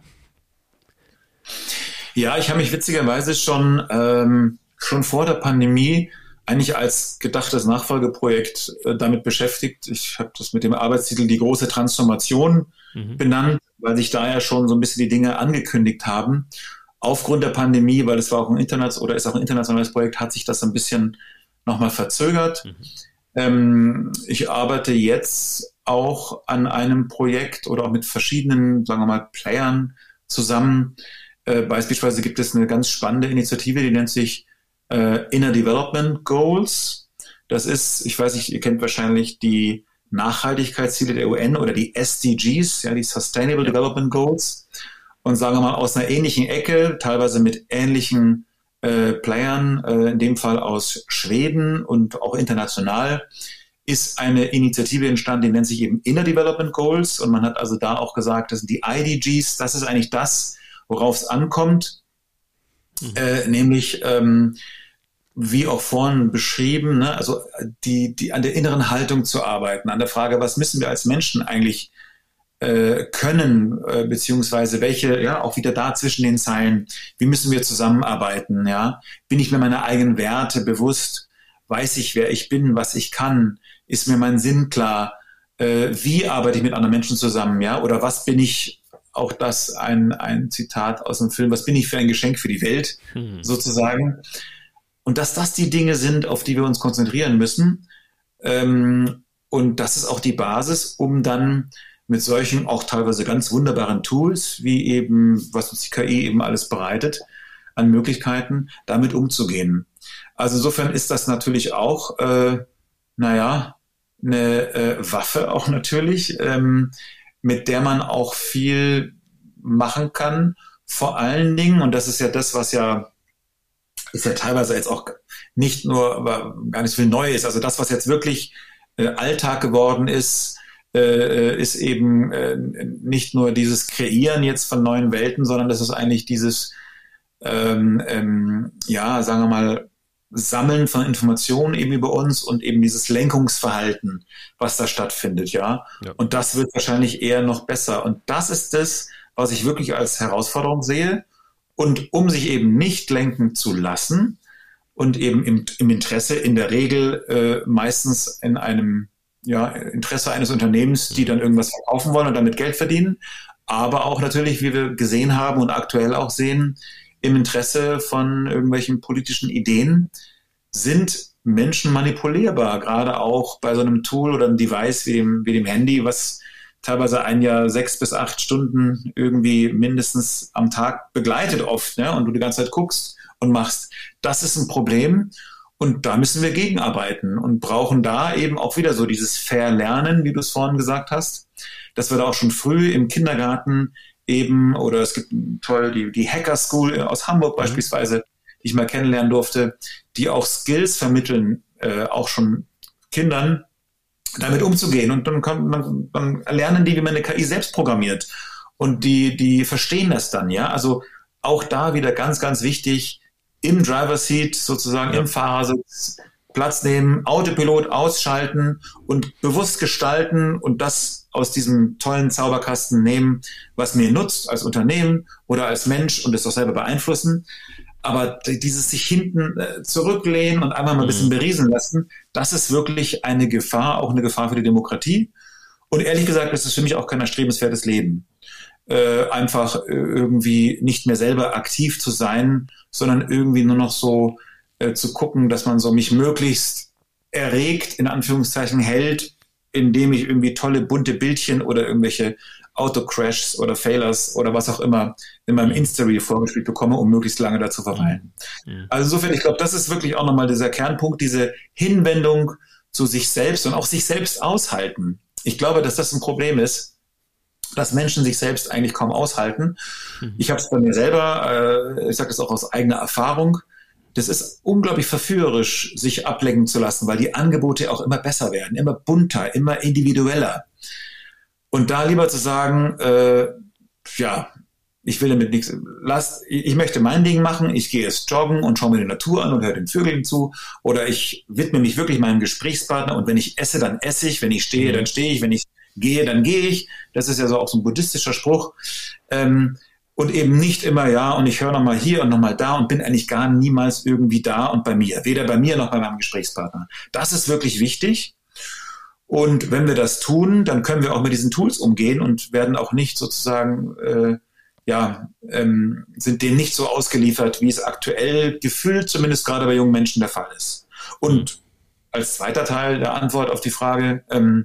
Ja, ich habe mich witzigerweise schon vor der Pandemie eigentlich als gedachtes Nachfolgeprojekt damit beschäftigt. Ich habe das mit dem Arbeitstitel Die große Transformation benannt, weil sich da ja schon so ein bisschen die Dinge angekündigt haben. Aufgrund der Pandemie, weil es war auch ist auch ein internationales Projekt, hat sich das ein bisschen nochmal verzögert. Ich arbeite jetzt auch an einem Projekt oder auch mit verschiedenen, sagen wir mal, Playern zusammen. Beispielsweise gibt es eine ganz spannende Initiative, die nennt sich Inner Development Goals. Das ist, ich weiß nicht, ihr kennt wahrscheinlich die Nachhaltigkeitsziele der UN oder die SDGs, ja, die Sustainable Development Goals. Und sagen wir mal aus einer ähnlichen Ecke, teilweise mit ähnlichen Playern, in dem Fall aus Schweden und auch international, ist eine Initiative entstanden, die nennt sich eben Inner Development Goals. Und man hat also da auch gesagt, das sind die IDGs, das ist eigentlich das, worauf es ankommt, nämlich wie auch vorhin beschrieben, ne, also die an der inneren Haltung zu arbeiten, an der Frage, was müssen wir als Menschen eigentlich können, beziehungsweise welche, ja, auch wieder da zwischen den Zeilen, wie müssen wir zusammenarbeiten, ja, bin ich mir meiner eigenen Werte bewusst, weiß ich, wer ich bin, was ich kann, ist mir mein Sinn klar, wie arbeite ich mit anderen Menschen zusammen, ja, oder was bin ich, auch das ein Zitat aus dem Film, was bin ich für ein Geschenk für die Welt, sozusagen, und dass das die Dinge sind, auf die wir uns konzentrieren müssen, und das ist auch die Basis, um dann mit solchen auch teilweise ganz wunderbaren Tools, wie eben, was uns die KI eben alles bereitet, an Möglichkeiten, damit umzugehen. Also insofern ist das natürlich auch, eine Waffe auch natürlich, mit der man auch viel machen kann. Vor allen Dingen, und das ist ja das, ist ja teilweise jetzt auch nicht nur, aber gar nicht so viel neu ist. Also das, was jetzt wirklich Alltag geworden ist eben nicht nur dieses Kreieren jetzt von neuen Welten, sondern das ist eigentlich dieses, sagen wir mal, Sammeln von Informationen eben über uns und eben dieses Lenkungsverhalten, was da stattfindet, ja. Und das wird wahrscheinlich eher noch besser. Und das ist das, was ich wirklich als Herausforderung sehe. Und um sich eben nicht lenken zu lassen und eben im Interesse in der Regel meistens in einem Interesse eines Unternehmens, die dann irgendwas verkaufen wollen und damit Geld verdienen, aber auch natürlich, wie wir gesehen haben und aktuell auch sehen, im Interesse von irgendwelchen politischen Ideen, sind Menschen manipulierbar, gerade auch bei so einem Tool oder einem Device wie dem Handy, was teilweise ein Jahr 6 bis 8 Stunden irgendwie mindestens am Tag begleitet oft, ne? Und du die ganze Zeit guckst und machst. Das ist ein Problem und da müssen wir gegenarbeiten und brauchen da eben auch wieder so dieses Verlernen, wie du es vorhin gesagt hast, dass wir da auch schon früh im Kindergarten eben, oder es gibt toll die Hacker School aus Hamburg beispielsweise, die ich mal kennenlernen durfte, die auch Skills vermitteln, auch schon Kindern, damit umzugehen. Und dann lernen die, wie man eine KI selbst programmiert. Und die verstehen das dann, ja. Also auch da wieder ganz, ganz wichtig, im Driver Seat sozusagen, im Fahrersitz Platz nehmen, Autopilot ausschalten und bewusst gestalten und das aus diesem tollen Zauberkasten nehmen, was mir nutzt als Unternehmen oder als Mensch und es auch selber beeinflussen. Aber dieses sich hinten zurücklehnen und einmal mal ein bisschen berieseln lassen, das ist wirklich eine Gefahr, auch eine Gefahr für die Demokratie. Und ehrlich gesagt, das ist für mich auch kein erstrebenswertes Leben. Einfach irgendwie nicht mehr selber aktiv zu sein, sondern irgendwie nur noch so zu gucken, dass man so mich möglichst erregt, in Anführungszeichen, hält, indem ich irgendwie tolle bunte Bildchen oder irgendwelche Autocrashs oder Failures oder was auch immer in meinem Insta-Reel vorgespielt bekomme, um möglichst lange da zu verweilen. Also insofern, ich glaube, das ist wirklich auch nochmal dieser Kernpunkt, diese Hinwendung zu sich selbst und auch sich selbst aushalten. Ich glaube, dass das ein Problem ist, dass Menschen sich selbst eigentlich kaum aushalten. Ich habe es bei mir selber, ich sage das auch aus eigener Erfahrung, das ist unglaublich verführerisch, sich ablenken zu lassen, weil die Angebote auch immer besser werden, immer bunter, immer individueller. Und da lieber zu sagen, ich will damit nichts, ich möchte mein Ding machen, ich gehe jetzt joggen und schaue mir die Natur an und höre den Vögeln zu, oder ich widme mich wirklich meinem Gesprächspartner und wenn ich esse, dann esse ich, wenn ich stehe, dann stehe ich, wenn ich gehe, dann gehe ich. Das ist ja so auch so ein buddhistischer Spruch. Und eben nicht immer, und ich höre nochmal hier und nochmal da und bin eigentlich gar niemals irgendwie da und bei mir. Weder bei mir noch bei meinem Gesprächspartner. Das ist wirklich wichtig. Und wenn wir das tun, dann können wir auch mit diesen Tools umgehen und werden auch nicht sozusagen, sind denen nicht so ausgeliefert, wie es aktuell gefühlt, zumindest gerade bei jungen Menschen der Fall ist. Und als zweiter Teil der Antwort auf die Frage,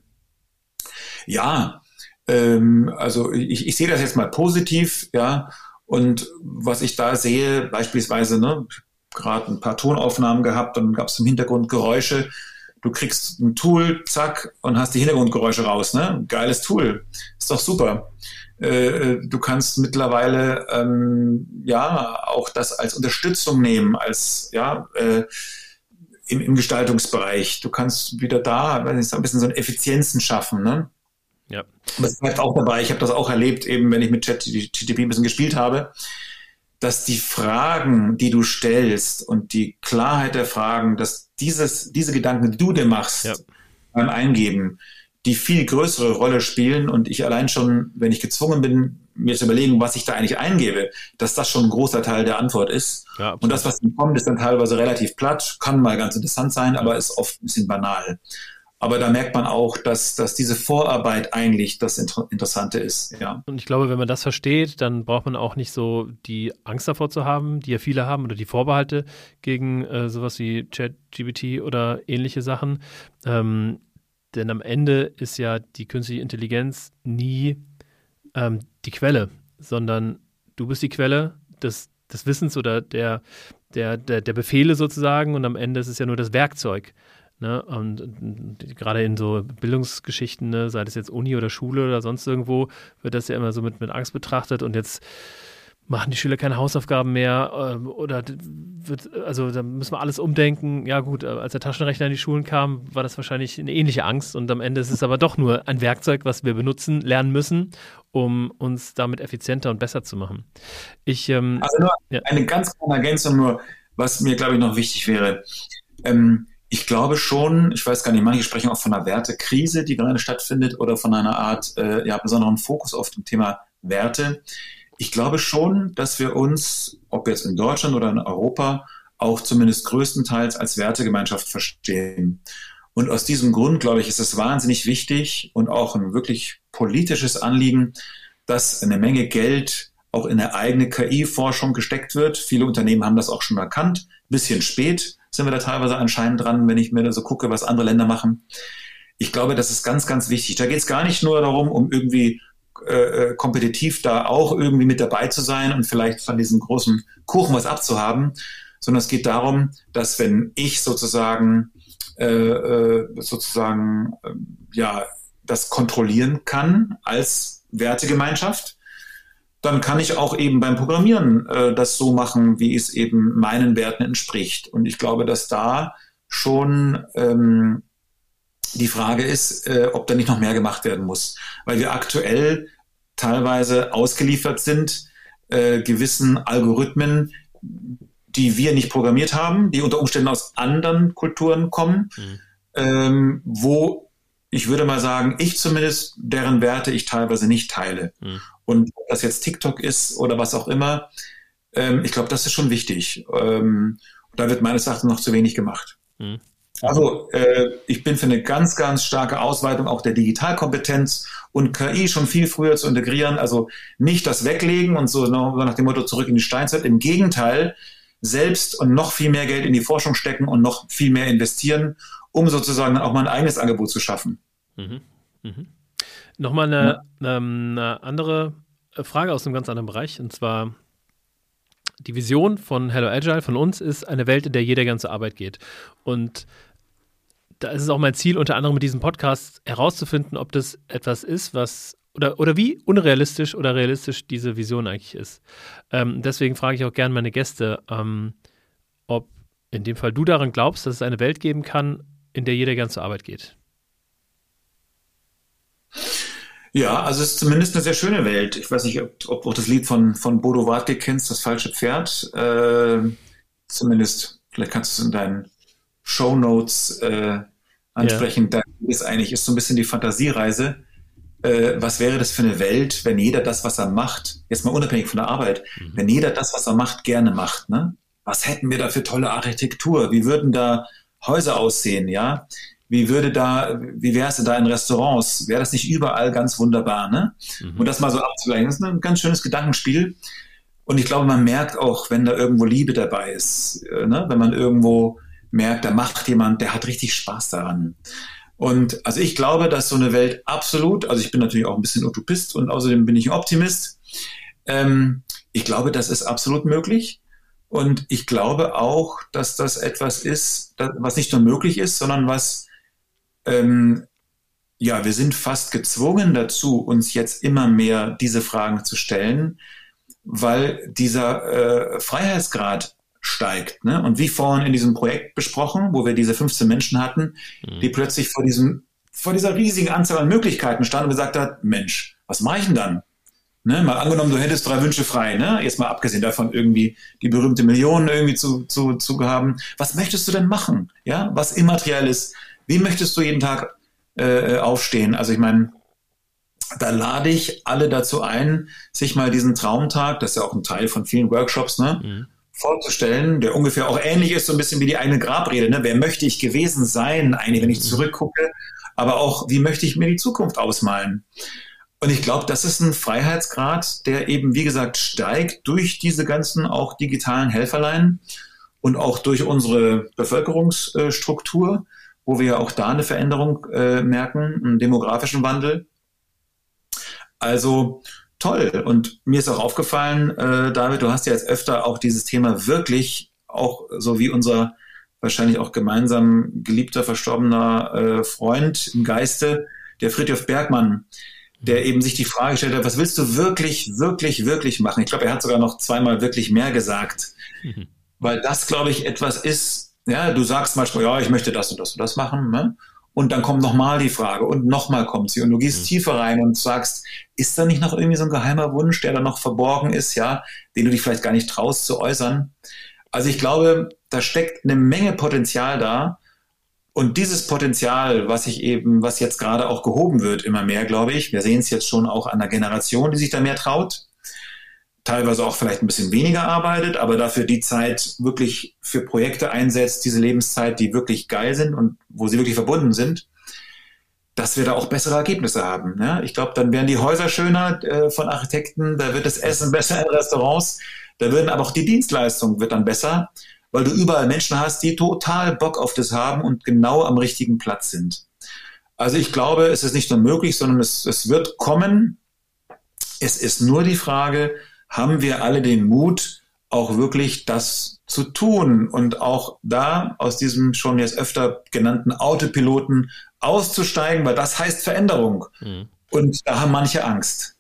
also ich sehe das jetzt mal positiv, ja, und was ich da sehe, beispielsweise, gerade ein paar Tonaufnahmen gehabt, dann gab es im Hintergrund Geräusche, du kriegst ein Tool, zack, und hast die Hintergrundgeräusche raus, ne? Geiles Tool, ist doch super. Du kannst mittlerweile auch das als Unterstützung nehmen, als im Gestaltungsbereich. Du kannst wieder da ein bisschen so eine Effizienzen schaffen, ne? Ja. Aber es bleibt auch dabei, ich habe das auch erlebt, eben wenn ich mit ChatGPT ein bisschen gespielt habe, dass die Fragen, die du stellst und die Klarheit der Fragen, dass diese Gedanken, die du dir machst beim Eingeben, die viel größere Rolle spielen und ich allein schon, wenn ich gezwungen bin, mir zu überlegen, was ich da eigentlich eingebe, dass das schon ein großer Teil der Antwort ist. Ja, und das, was dann kommt, ist dann teilweise relativ platt, kann mal ganz interessant sein, aber ist oft ein bisschen banal. Aber da merkt man auch, dass diese Vorarbeit eigentlich das Interessante ist. Ja. Und ich glaube, wenn man das versteht, dann braucht man auch nicht so die Angst davor zu haben, die ja viele haben, oder die Vorbehalte gegen sowas wie ChatGPT oder ähnliche Sachen. Denn am Ende ist ja die künstliche Intelligenz nie die Quelle, sondern du bist die Quelle des Wissens oder der Befehle sozusagen, und am Ende ist es ja nur das Werkzeug. Ne? Und gerade in so Bildungsgeschichten, ne, sei das jetzt Uni oder Schule oder sonst irgendwo, wird das ja immer so mit Angst betrachtet, und jetzt machen die Schüler keine Hausaufgaben mehr oder da müssen wir alles umdenken. Ja gut, als der Taschenrechner in die Schulen kam, war das wahrscheinlich eine ähnliche Angst, und am Ende ist es aber doch nur ein Werkzeug, was wir benutzen, lernen müssen, um uns damit effizienter und besser zu machen. Eine ganz kleine Ergänzung nur, was mir, glaube ich, noch wichtig wäre. Ich glaube schon, ich weiß gar nicht, manche sprechen auch von einer Wertekrise, die gerade stattfindet, oder von einer Art besonderen Fokus auf dem Thema Werte. Ich glaube schon, dass wir uns, ob jetzt in Deutschland oder in Europa, auch zumindest größtenteils als Wertegemeinschaft verstehen. Und aus diesem Grund, glaube ich, ist es wahnsinnig wichtig und auch ein wirklich politisches Anliegen, dass eine Menge Geld auch in eine eigene KI-Forschung gesteckt wird. Viele Unternehmen haben das auch schon erkannt. Ein bisschen spät sind wir da teilweise anscheinend dran, wenn ich mir da so gucke, was andere Länder machen. Ich glaube, das ist ganz, ganz wichtig. Da geht es gar nicht nur darum, um irgendwie kompetitiv da auch irgendwie mit dabei zu sein und vielleicht von diesem großen Kuchen was abzuhaben, sondern es geht darum, dass wenn ich sozusagen das kontrollieren kann als Wertegemeinschaft, dann kann ich auch eben beim Programmieren das so machen, wie es eben meinen Werten entspricht. Und ich glaube, dass da schon die Frage ist, ob da nicht noch mehr gemacht werden muss. Weil wir aktuell teilweise ausgeliefert sind gewissen Algorithmen, die wir nicht programmiert haben, die unter Umständen aus anderen Kulturen kommen, wo ich würde mal sagen, ich zumindest, deren Werte ich teilweise nicht teile. Und ob das jetzt TikTok ist oder was auch immer, ich glaube, das ist schon wichtig. Da wird meines Erachtens noch zu wenig gemacht. Also ich bin für eine ganz, ganz starke Ausweitung auch der Digitalkompetenz und KI schon viel früher zu integrieren. Also nicht das Weglegen und so nach dem Motto zurück in die Steinzeit. Im Gegenteil, selbst und noch viel mehr Geld in die Forschung stecken und noch viel mehr investieren, um sozusagen auch mal ein eigenes Angebot zu schaffen. Nochmal eine andere Frage aus einem ganz anderen Bereich, und zwar die Vision von Hello Agile, von uns, ist eine Welt, in der jeder gerne zur Arbeit geht. Und da ist es auch mein Ziel, unter anderem mit diesem Podcast herauszufinden, ob das etwas ist, was oder wie unrealistisch oder realistisch diese Vision eigentlich ist. Deswegen frage ich auch gerne meine Gäste, ob in dem Fall du daran glaubst, dass es eine Welt geben kann, in der jeder gern zur Arbeit geht. Ja, also es ist zumindest eine sehr schöne Welt. Ich weiß nicht, ob du das Lied von Bodo Wartke kennst, Das falsche Pferd. Zumindest, vielleicht kannst du es in deinen Shownotes ansprechen. Da ist so ein bisschen die Fantasiereise. Was wäre das für eine Welt, wenn jeder das, was er macht, jetzt mal unabhängig von der Arbeit, wenn jeder das, was er macht, gerne macht, ne? Was hätten wir da für tolle Architektur? Wie würden da Häuser aussehen, ja? Wie wäre es denn da in Restaurants? Wäre das nicht überall ganz wunderbar, ne? Und das mal so abzugleichen, das ist ein ganz schönes Gedankenspiel. Und ich glaube, man merkt auch, wenn da irgendwo Liebe dabei ist, ne? Wenn man irgendwo merkt, da macht jemand, der hat richtig Spaß daran. Und also ich glaube, dass so eine Welt absolut, also ich bin natürlich auch ein bisschen Utopist und außerdem bin ich ein Optimist. Ich glaube, das ist absolut möglich. Und ich glaube auch, dass das etwas ist, was nicht nur möglich ist, sondern was wir sind fast gezwungen dazu, uns jetzt immer mehr diese Fragen zu stellen, weil dieser Freiheitsgrad steigt. Ne? Und wie vorhin in diesem Projekt besprochen, wo wir diese 15 Menschen hatten, die plötzlich vor dieser riesigen Anzahl an Möglichkeiten standen und gesagt hat, Mensch, was mache ich denn dann? Ne? Mal angenommen, du hättest 3 Wünsche frei, ne? Jetzt mal abgesehen davon, irgendwie die berühmte Million irgendwie zu haben. Was möchtest du denn machen? Ja? Was immateriell ist? Wie möchtest du jeden Tag aufstehen? Also ich meine, da lade ich alle dazu ein, sich mal diesen Traumtag, das ist ja auch ein Teil von vielen Workshops, ne, vorzustellen, der ungefähr auch ähnlich ist, so ein bisschen wie die eigene Grabrede. Ne? Wer möchte ich gewesen sein, eigentlich, wenn ich zurückgucke, aber auch, wie möchte ich mir die Zukunft ausmalen? Und ich glaube, das ist ein Freiheitsgrad, der eben, wie gesagt, steigt durch diese ganzen auch digitalen Helferlein und auch durch unsere Bevölkerungsstruktur, wo wir auch da eine Veränderung merken, einen demografischen Wandel. Also toll. Und mir ist auch aufgefallen, David, du hast ja jetzt öfter auch dieses Thema wirklich, auch so wie unser wahrscheinlich auch gemeinsam geliebter, verstorbener Freund im Geiste, der Frithjof Bergmann, der eben sich die Frage gestellt hat, was willst du wirklich, wirklich, wirklich machen? Ich glaube, er hat sogar noch zweimal wirklich mehr gesagt. Weil das, glaube ich, etwas ist, ja, du sagst manchmal, ja, ich möchte das und das und das machen, ne? Und dann kommt nochmal die Frage und nochmal kommt sie und du gehst tiefer rein und sagst, ist da nicht noch irgendwie so ein geheimer Wunsch, der da noch verborgen ist, ja, den du dich vielleicht gar nicht traust zu äußern? Also ich glaube, da steckt eine Menge Potenzial da. Und dieses Potenzial, was jetzt gerade auch gehoben wird, immer mehr, glaube ich, wir sehen es jetzt schon auch an der Generation, die sich da mehr traut, teilweise auch vielleicht ein bisschen weniger arbeitet, aber dafür die Zeit wirklich für Projekte einsetzt, diese Lebenszeit, die wirklich geil sind und wo sie wirklich verbunden sind, dass wir da auch bessere Ergebnisse haben. Ja? Ich glaube, dann werden die Häuser schöner von Architekten, da wird das Essen besser in Restaurants, da werden aber auch die Dienstleistung wird dann besser, weil du überall Menschen hast, die total Bock auf das haben und genau am richtigen Platz sind. Also ich glaube, es ist nicht nur möglich, sondern es wird kommen. Es ist nur die Frage, haben wir alle den Mut, auch wirklich das zu tun und auch da aus diesem schon jetzt öfter genannten Autopiloten auszusteigen, weil das heißt Veränderung. Und da haben manche Angst.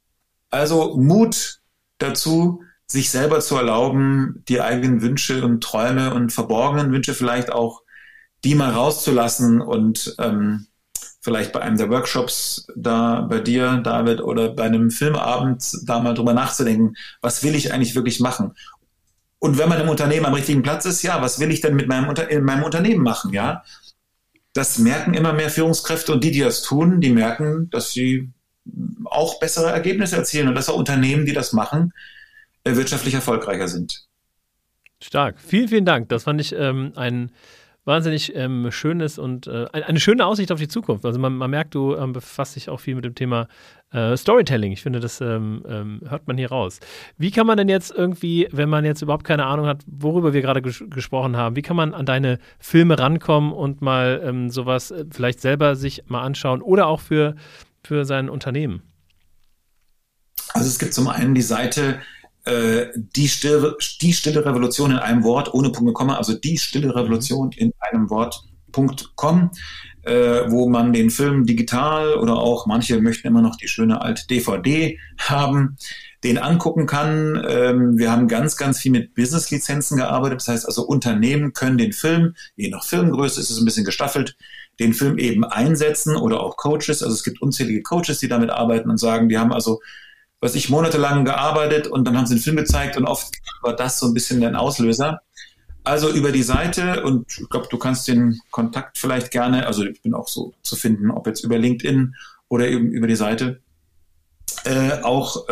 Also Mut dazu, sich selber zu erlauben, die eigenen Wünsche und Träume und verborgenen Wünsche vielleicht auch, die mal rauszulassen und vielleicht bei einem der Workshops da bei dir, David, oder bei einem Filmabend da mal drüber nachzudenken, was will ich eigentlich wirklich machen? Und wenn man im Unternehmen am richtigen Platz ist, ja, was will ich denn in meinem Unternehmen machen, ja? Das merken immer mehr Führungskräfte und die das tun, die merken, dass sie auch bessere Ergebnisse erzielen und dass auch Unternehmen, die das machen, wirtschaftlich erfolgreicher sind. Stark. Vielen, vielen Dank. Das fand ich ein wahnsinnig schönes und eine schöne Aussicht auf die Zukunft. Also man merkt, du befasst dich auch viel mit dem Thema Storytelling. Ich finde, das hört man hier raus. Wie kann man denn jetzt irgendwie, wenn man jetzt überhaupt keine Ahnung hat, worüber wir gerade gesprochen haben, wie kann man an deine Filme rankommen und mal sowas vielleicht selber sich mal anschauen oder auch für sein Unternehmen? Also es gibt zum einen die Seite die stille Revolution in einem Wort, ohne Punkt und Komma, also die stille Revolution in einem Wort.com, wo man den Film digital oder auch manche möchten immer noch die schöne alte DVD haben, den angucken kann. Wir haben ganz, ganz viel mit Business-Lizenzen gearbeitet. Das heißt also, Unternehmen können den Film, je nach Filmgröße ist es ein bisschen gestaffelt, den Film eben einsetzen oder auch Coaches. Also es gibt unzählige Coaches, die damit arbeiten und sagen, die haben also monatelang gearbeitet und dann haben sie einen Film gezeigt und oft war das so ein bisschen der Auslöser. Also über die Seite und ich glaube, du kannst den Kontakt vielleicht gerne, also ich bin auch so zu finden, ob jetzt über LinkedIn oder eben über die Seite, auch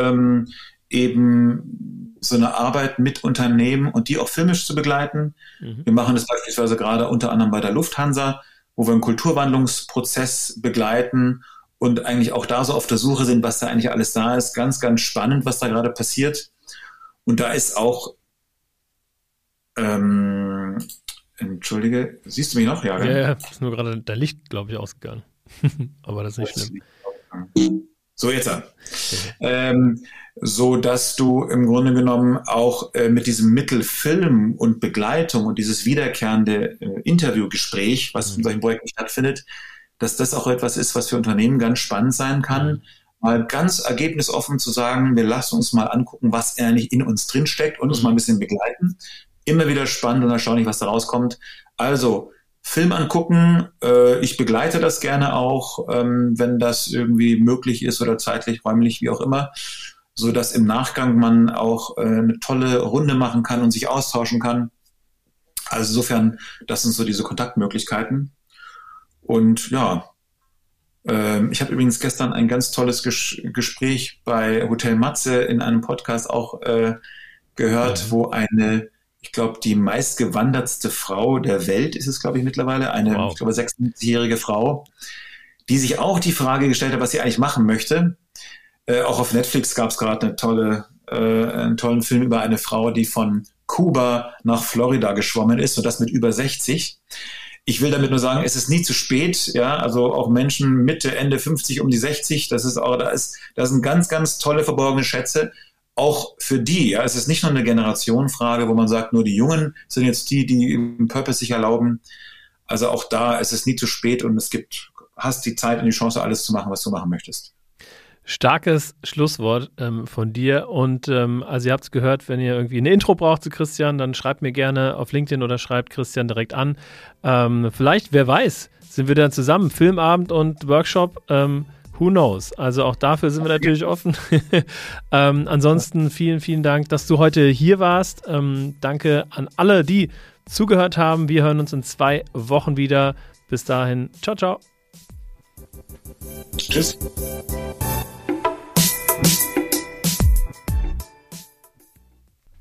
eben so eine Arbeit mit Unternehmen und die auch filmisch zu begleiten. Wir machen das beispielsweise gerade unter anderem bei der Lufthansa, wo wir einen Kulturwandlungsprozess begleiten und eigentlich auch da so auf der Suche sind, was da eigentlich alles da ist. Ganz, ganz spannend, was da gerade passiert. Und da ist auch, entschuldige, siehst du mich noch? Ja, ja, ist nur gerade dein Licht, glaube ich, ausgegangen. Aber das ist nicht schlimm. So, jetzt. So, dass du im Grunde genommen auch mit diesem Mittel Film und Begleitung und dieses wiederkehrende Interviewgespräch, was in solchen Projekten stattfindet, dass das auch etwas ist, was für Unternehmen ganz spannend sein kann, mal ganz ergebnisoffen zu sagen, wir lassen uns mal angucken, was eigentlich in uns drin steckt und uns mal ein bisschen begleiten. Immer wieder spannend und erstaunlich, was da rauskommt. Also Film angucken, ich begleite das gerne auch, wenn das irgendwie möglich ist oder zeitlich, räumlich, wie auch immer, so dass im Nachgang man auch eine tolle Runde machen kann und sich austauschen kann. Also insofern, das sind so diese Kontaktmöglichkeiten. Und ja, ich habe übrigens gestern ein ganz tolles Gespräch bei Hotel Matze in einem Podcast auch gehört, wo eine, ich glaube, die meistgewandertste Frau der Welt ist es, glaube ich, mittlerweile, eine, ich glaube, 76-jährige Frau, die sich auch die Frage gestellt hat, was sie eigentlich machen möchte. Auch auf Netflix gab es gerade einen tollen Film über eine Frau, die von Kuba nach Florida geschwommen ist und das mit über 60. Ich will damit nur sagen, es ist nie zu spät, ja, also auch Menschen Mitte, Ende 50, um die 60, das sind ganz, ganz tolle verborgene Schätze, auch für die, ja, es ist nicht nur eine Generationenfrage, wo man sagt, nur die Jungen sind jetzt die im Purpose sich erlauben, also auch da, es ist nie zu spät und hast die Zeit und die Chance, alles zu machen, was du machen möchtest. Starkes Schlusswort von dir und also ihr habt es gehört, wenn ihr irgendwie eine Intro braucht zu Christian, dann schreibt mir gerne auf LinkedIn oder schreibt Christian direkt an. Vielleicht, wer weiß, sind wir dann zusammen, Filmabend und Workshop, who knows? Also auch dafür sind wir natürlich offen. Ansonsten vielen, vielen Dank, dass du heute hier warst. Danke an alle, die zugehört haben. Wir hören uns in 2 Wochen wieder. Bis dahin, ciao, ciao. Tschüss.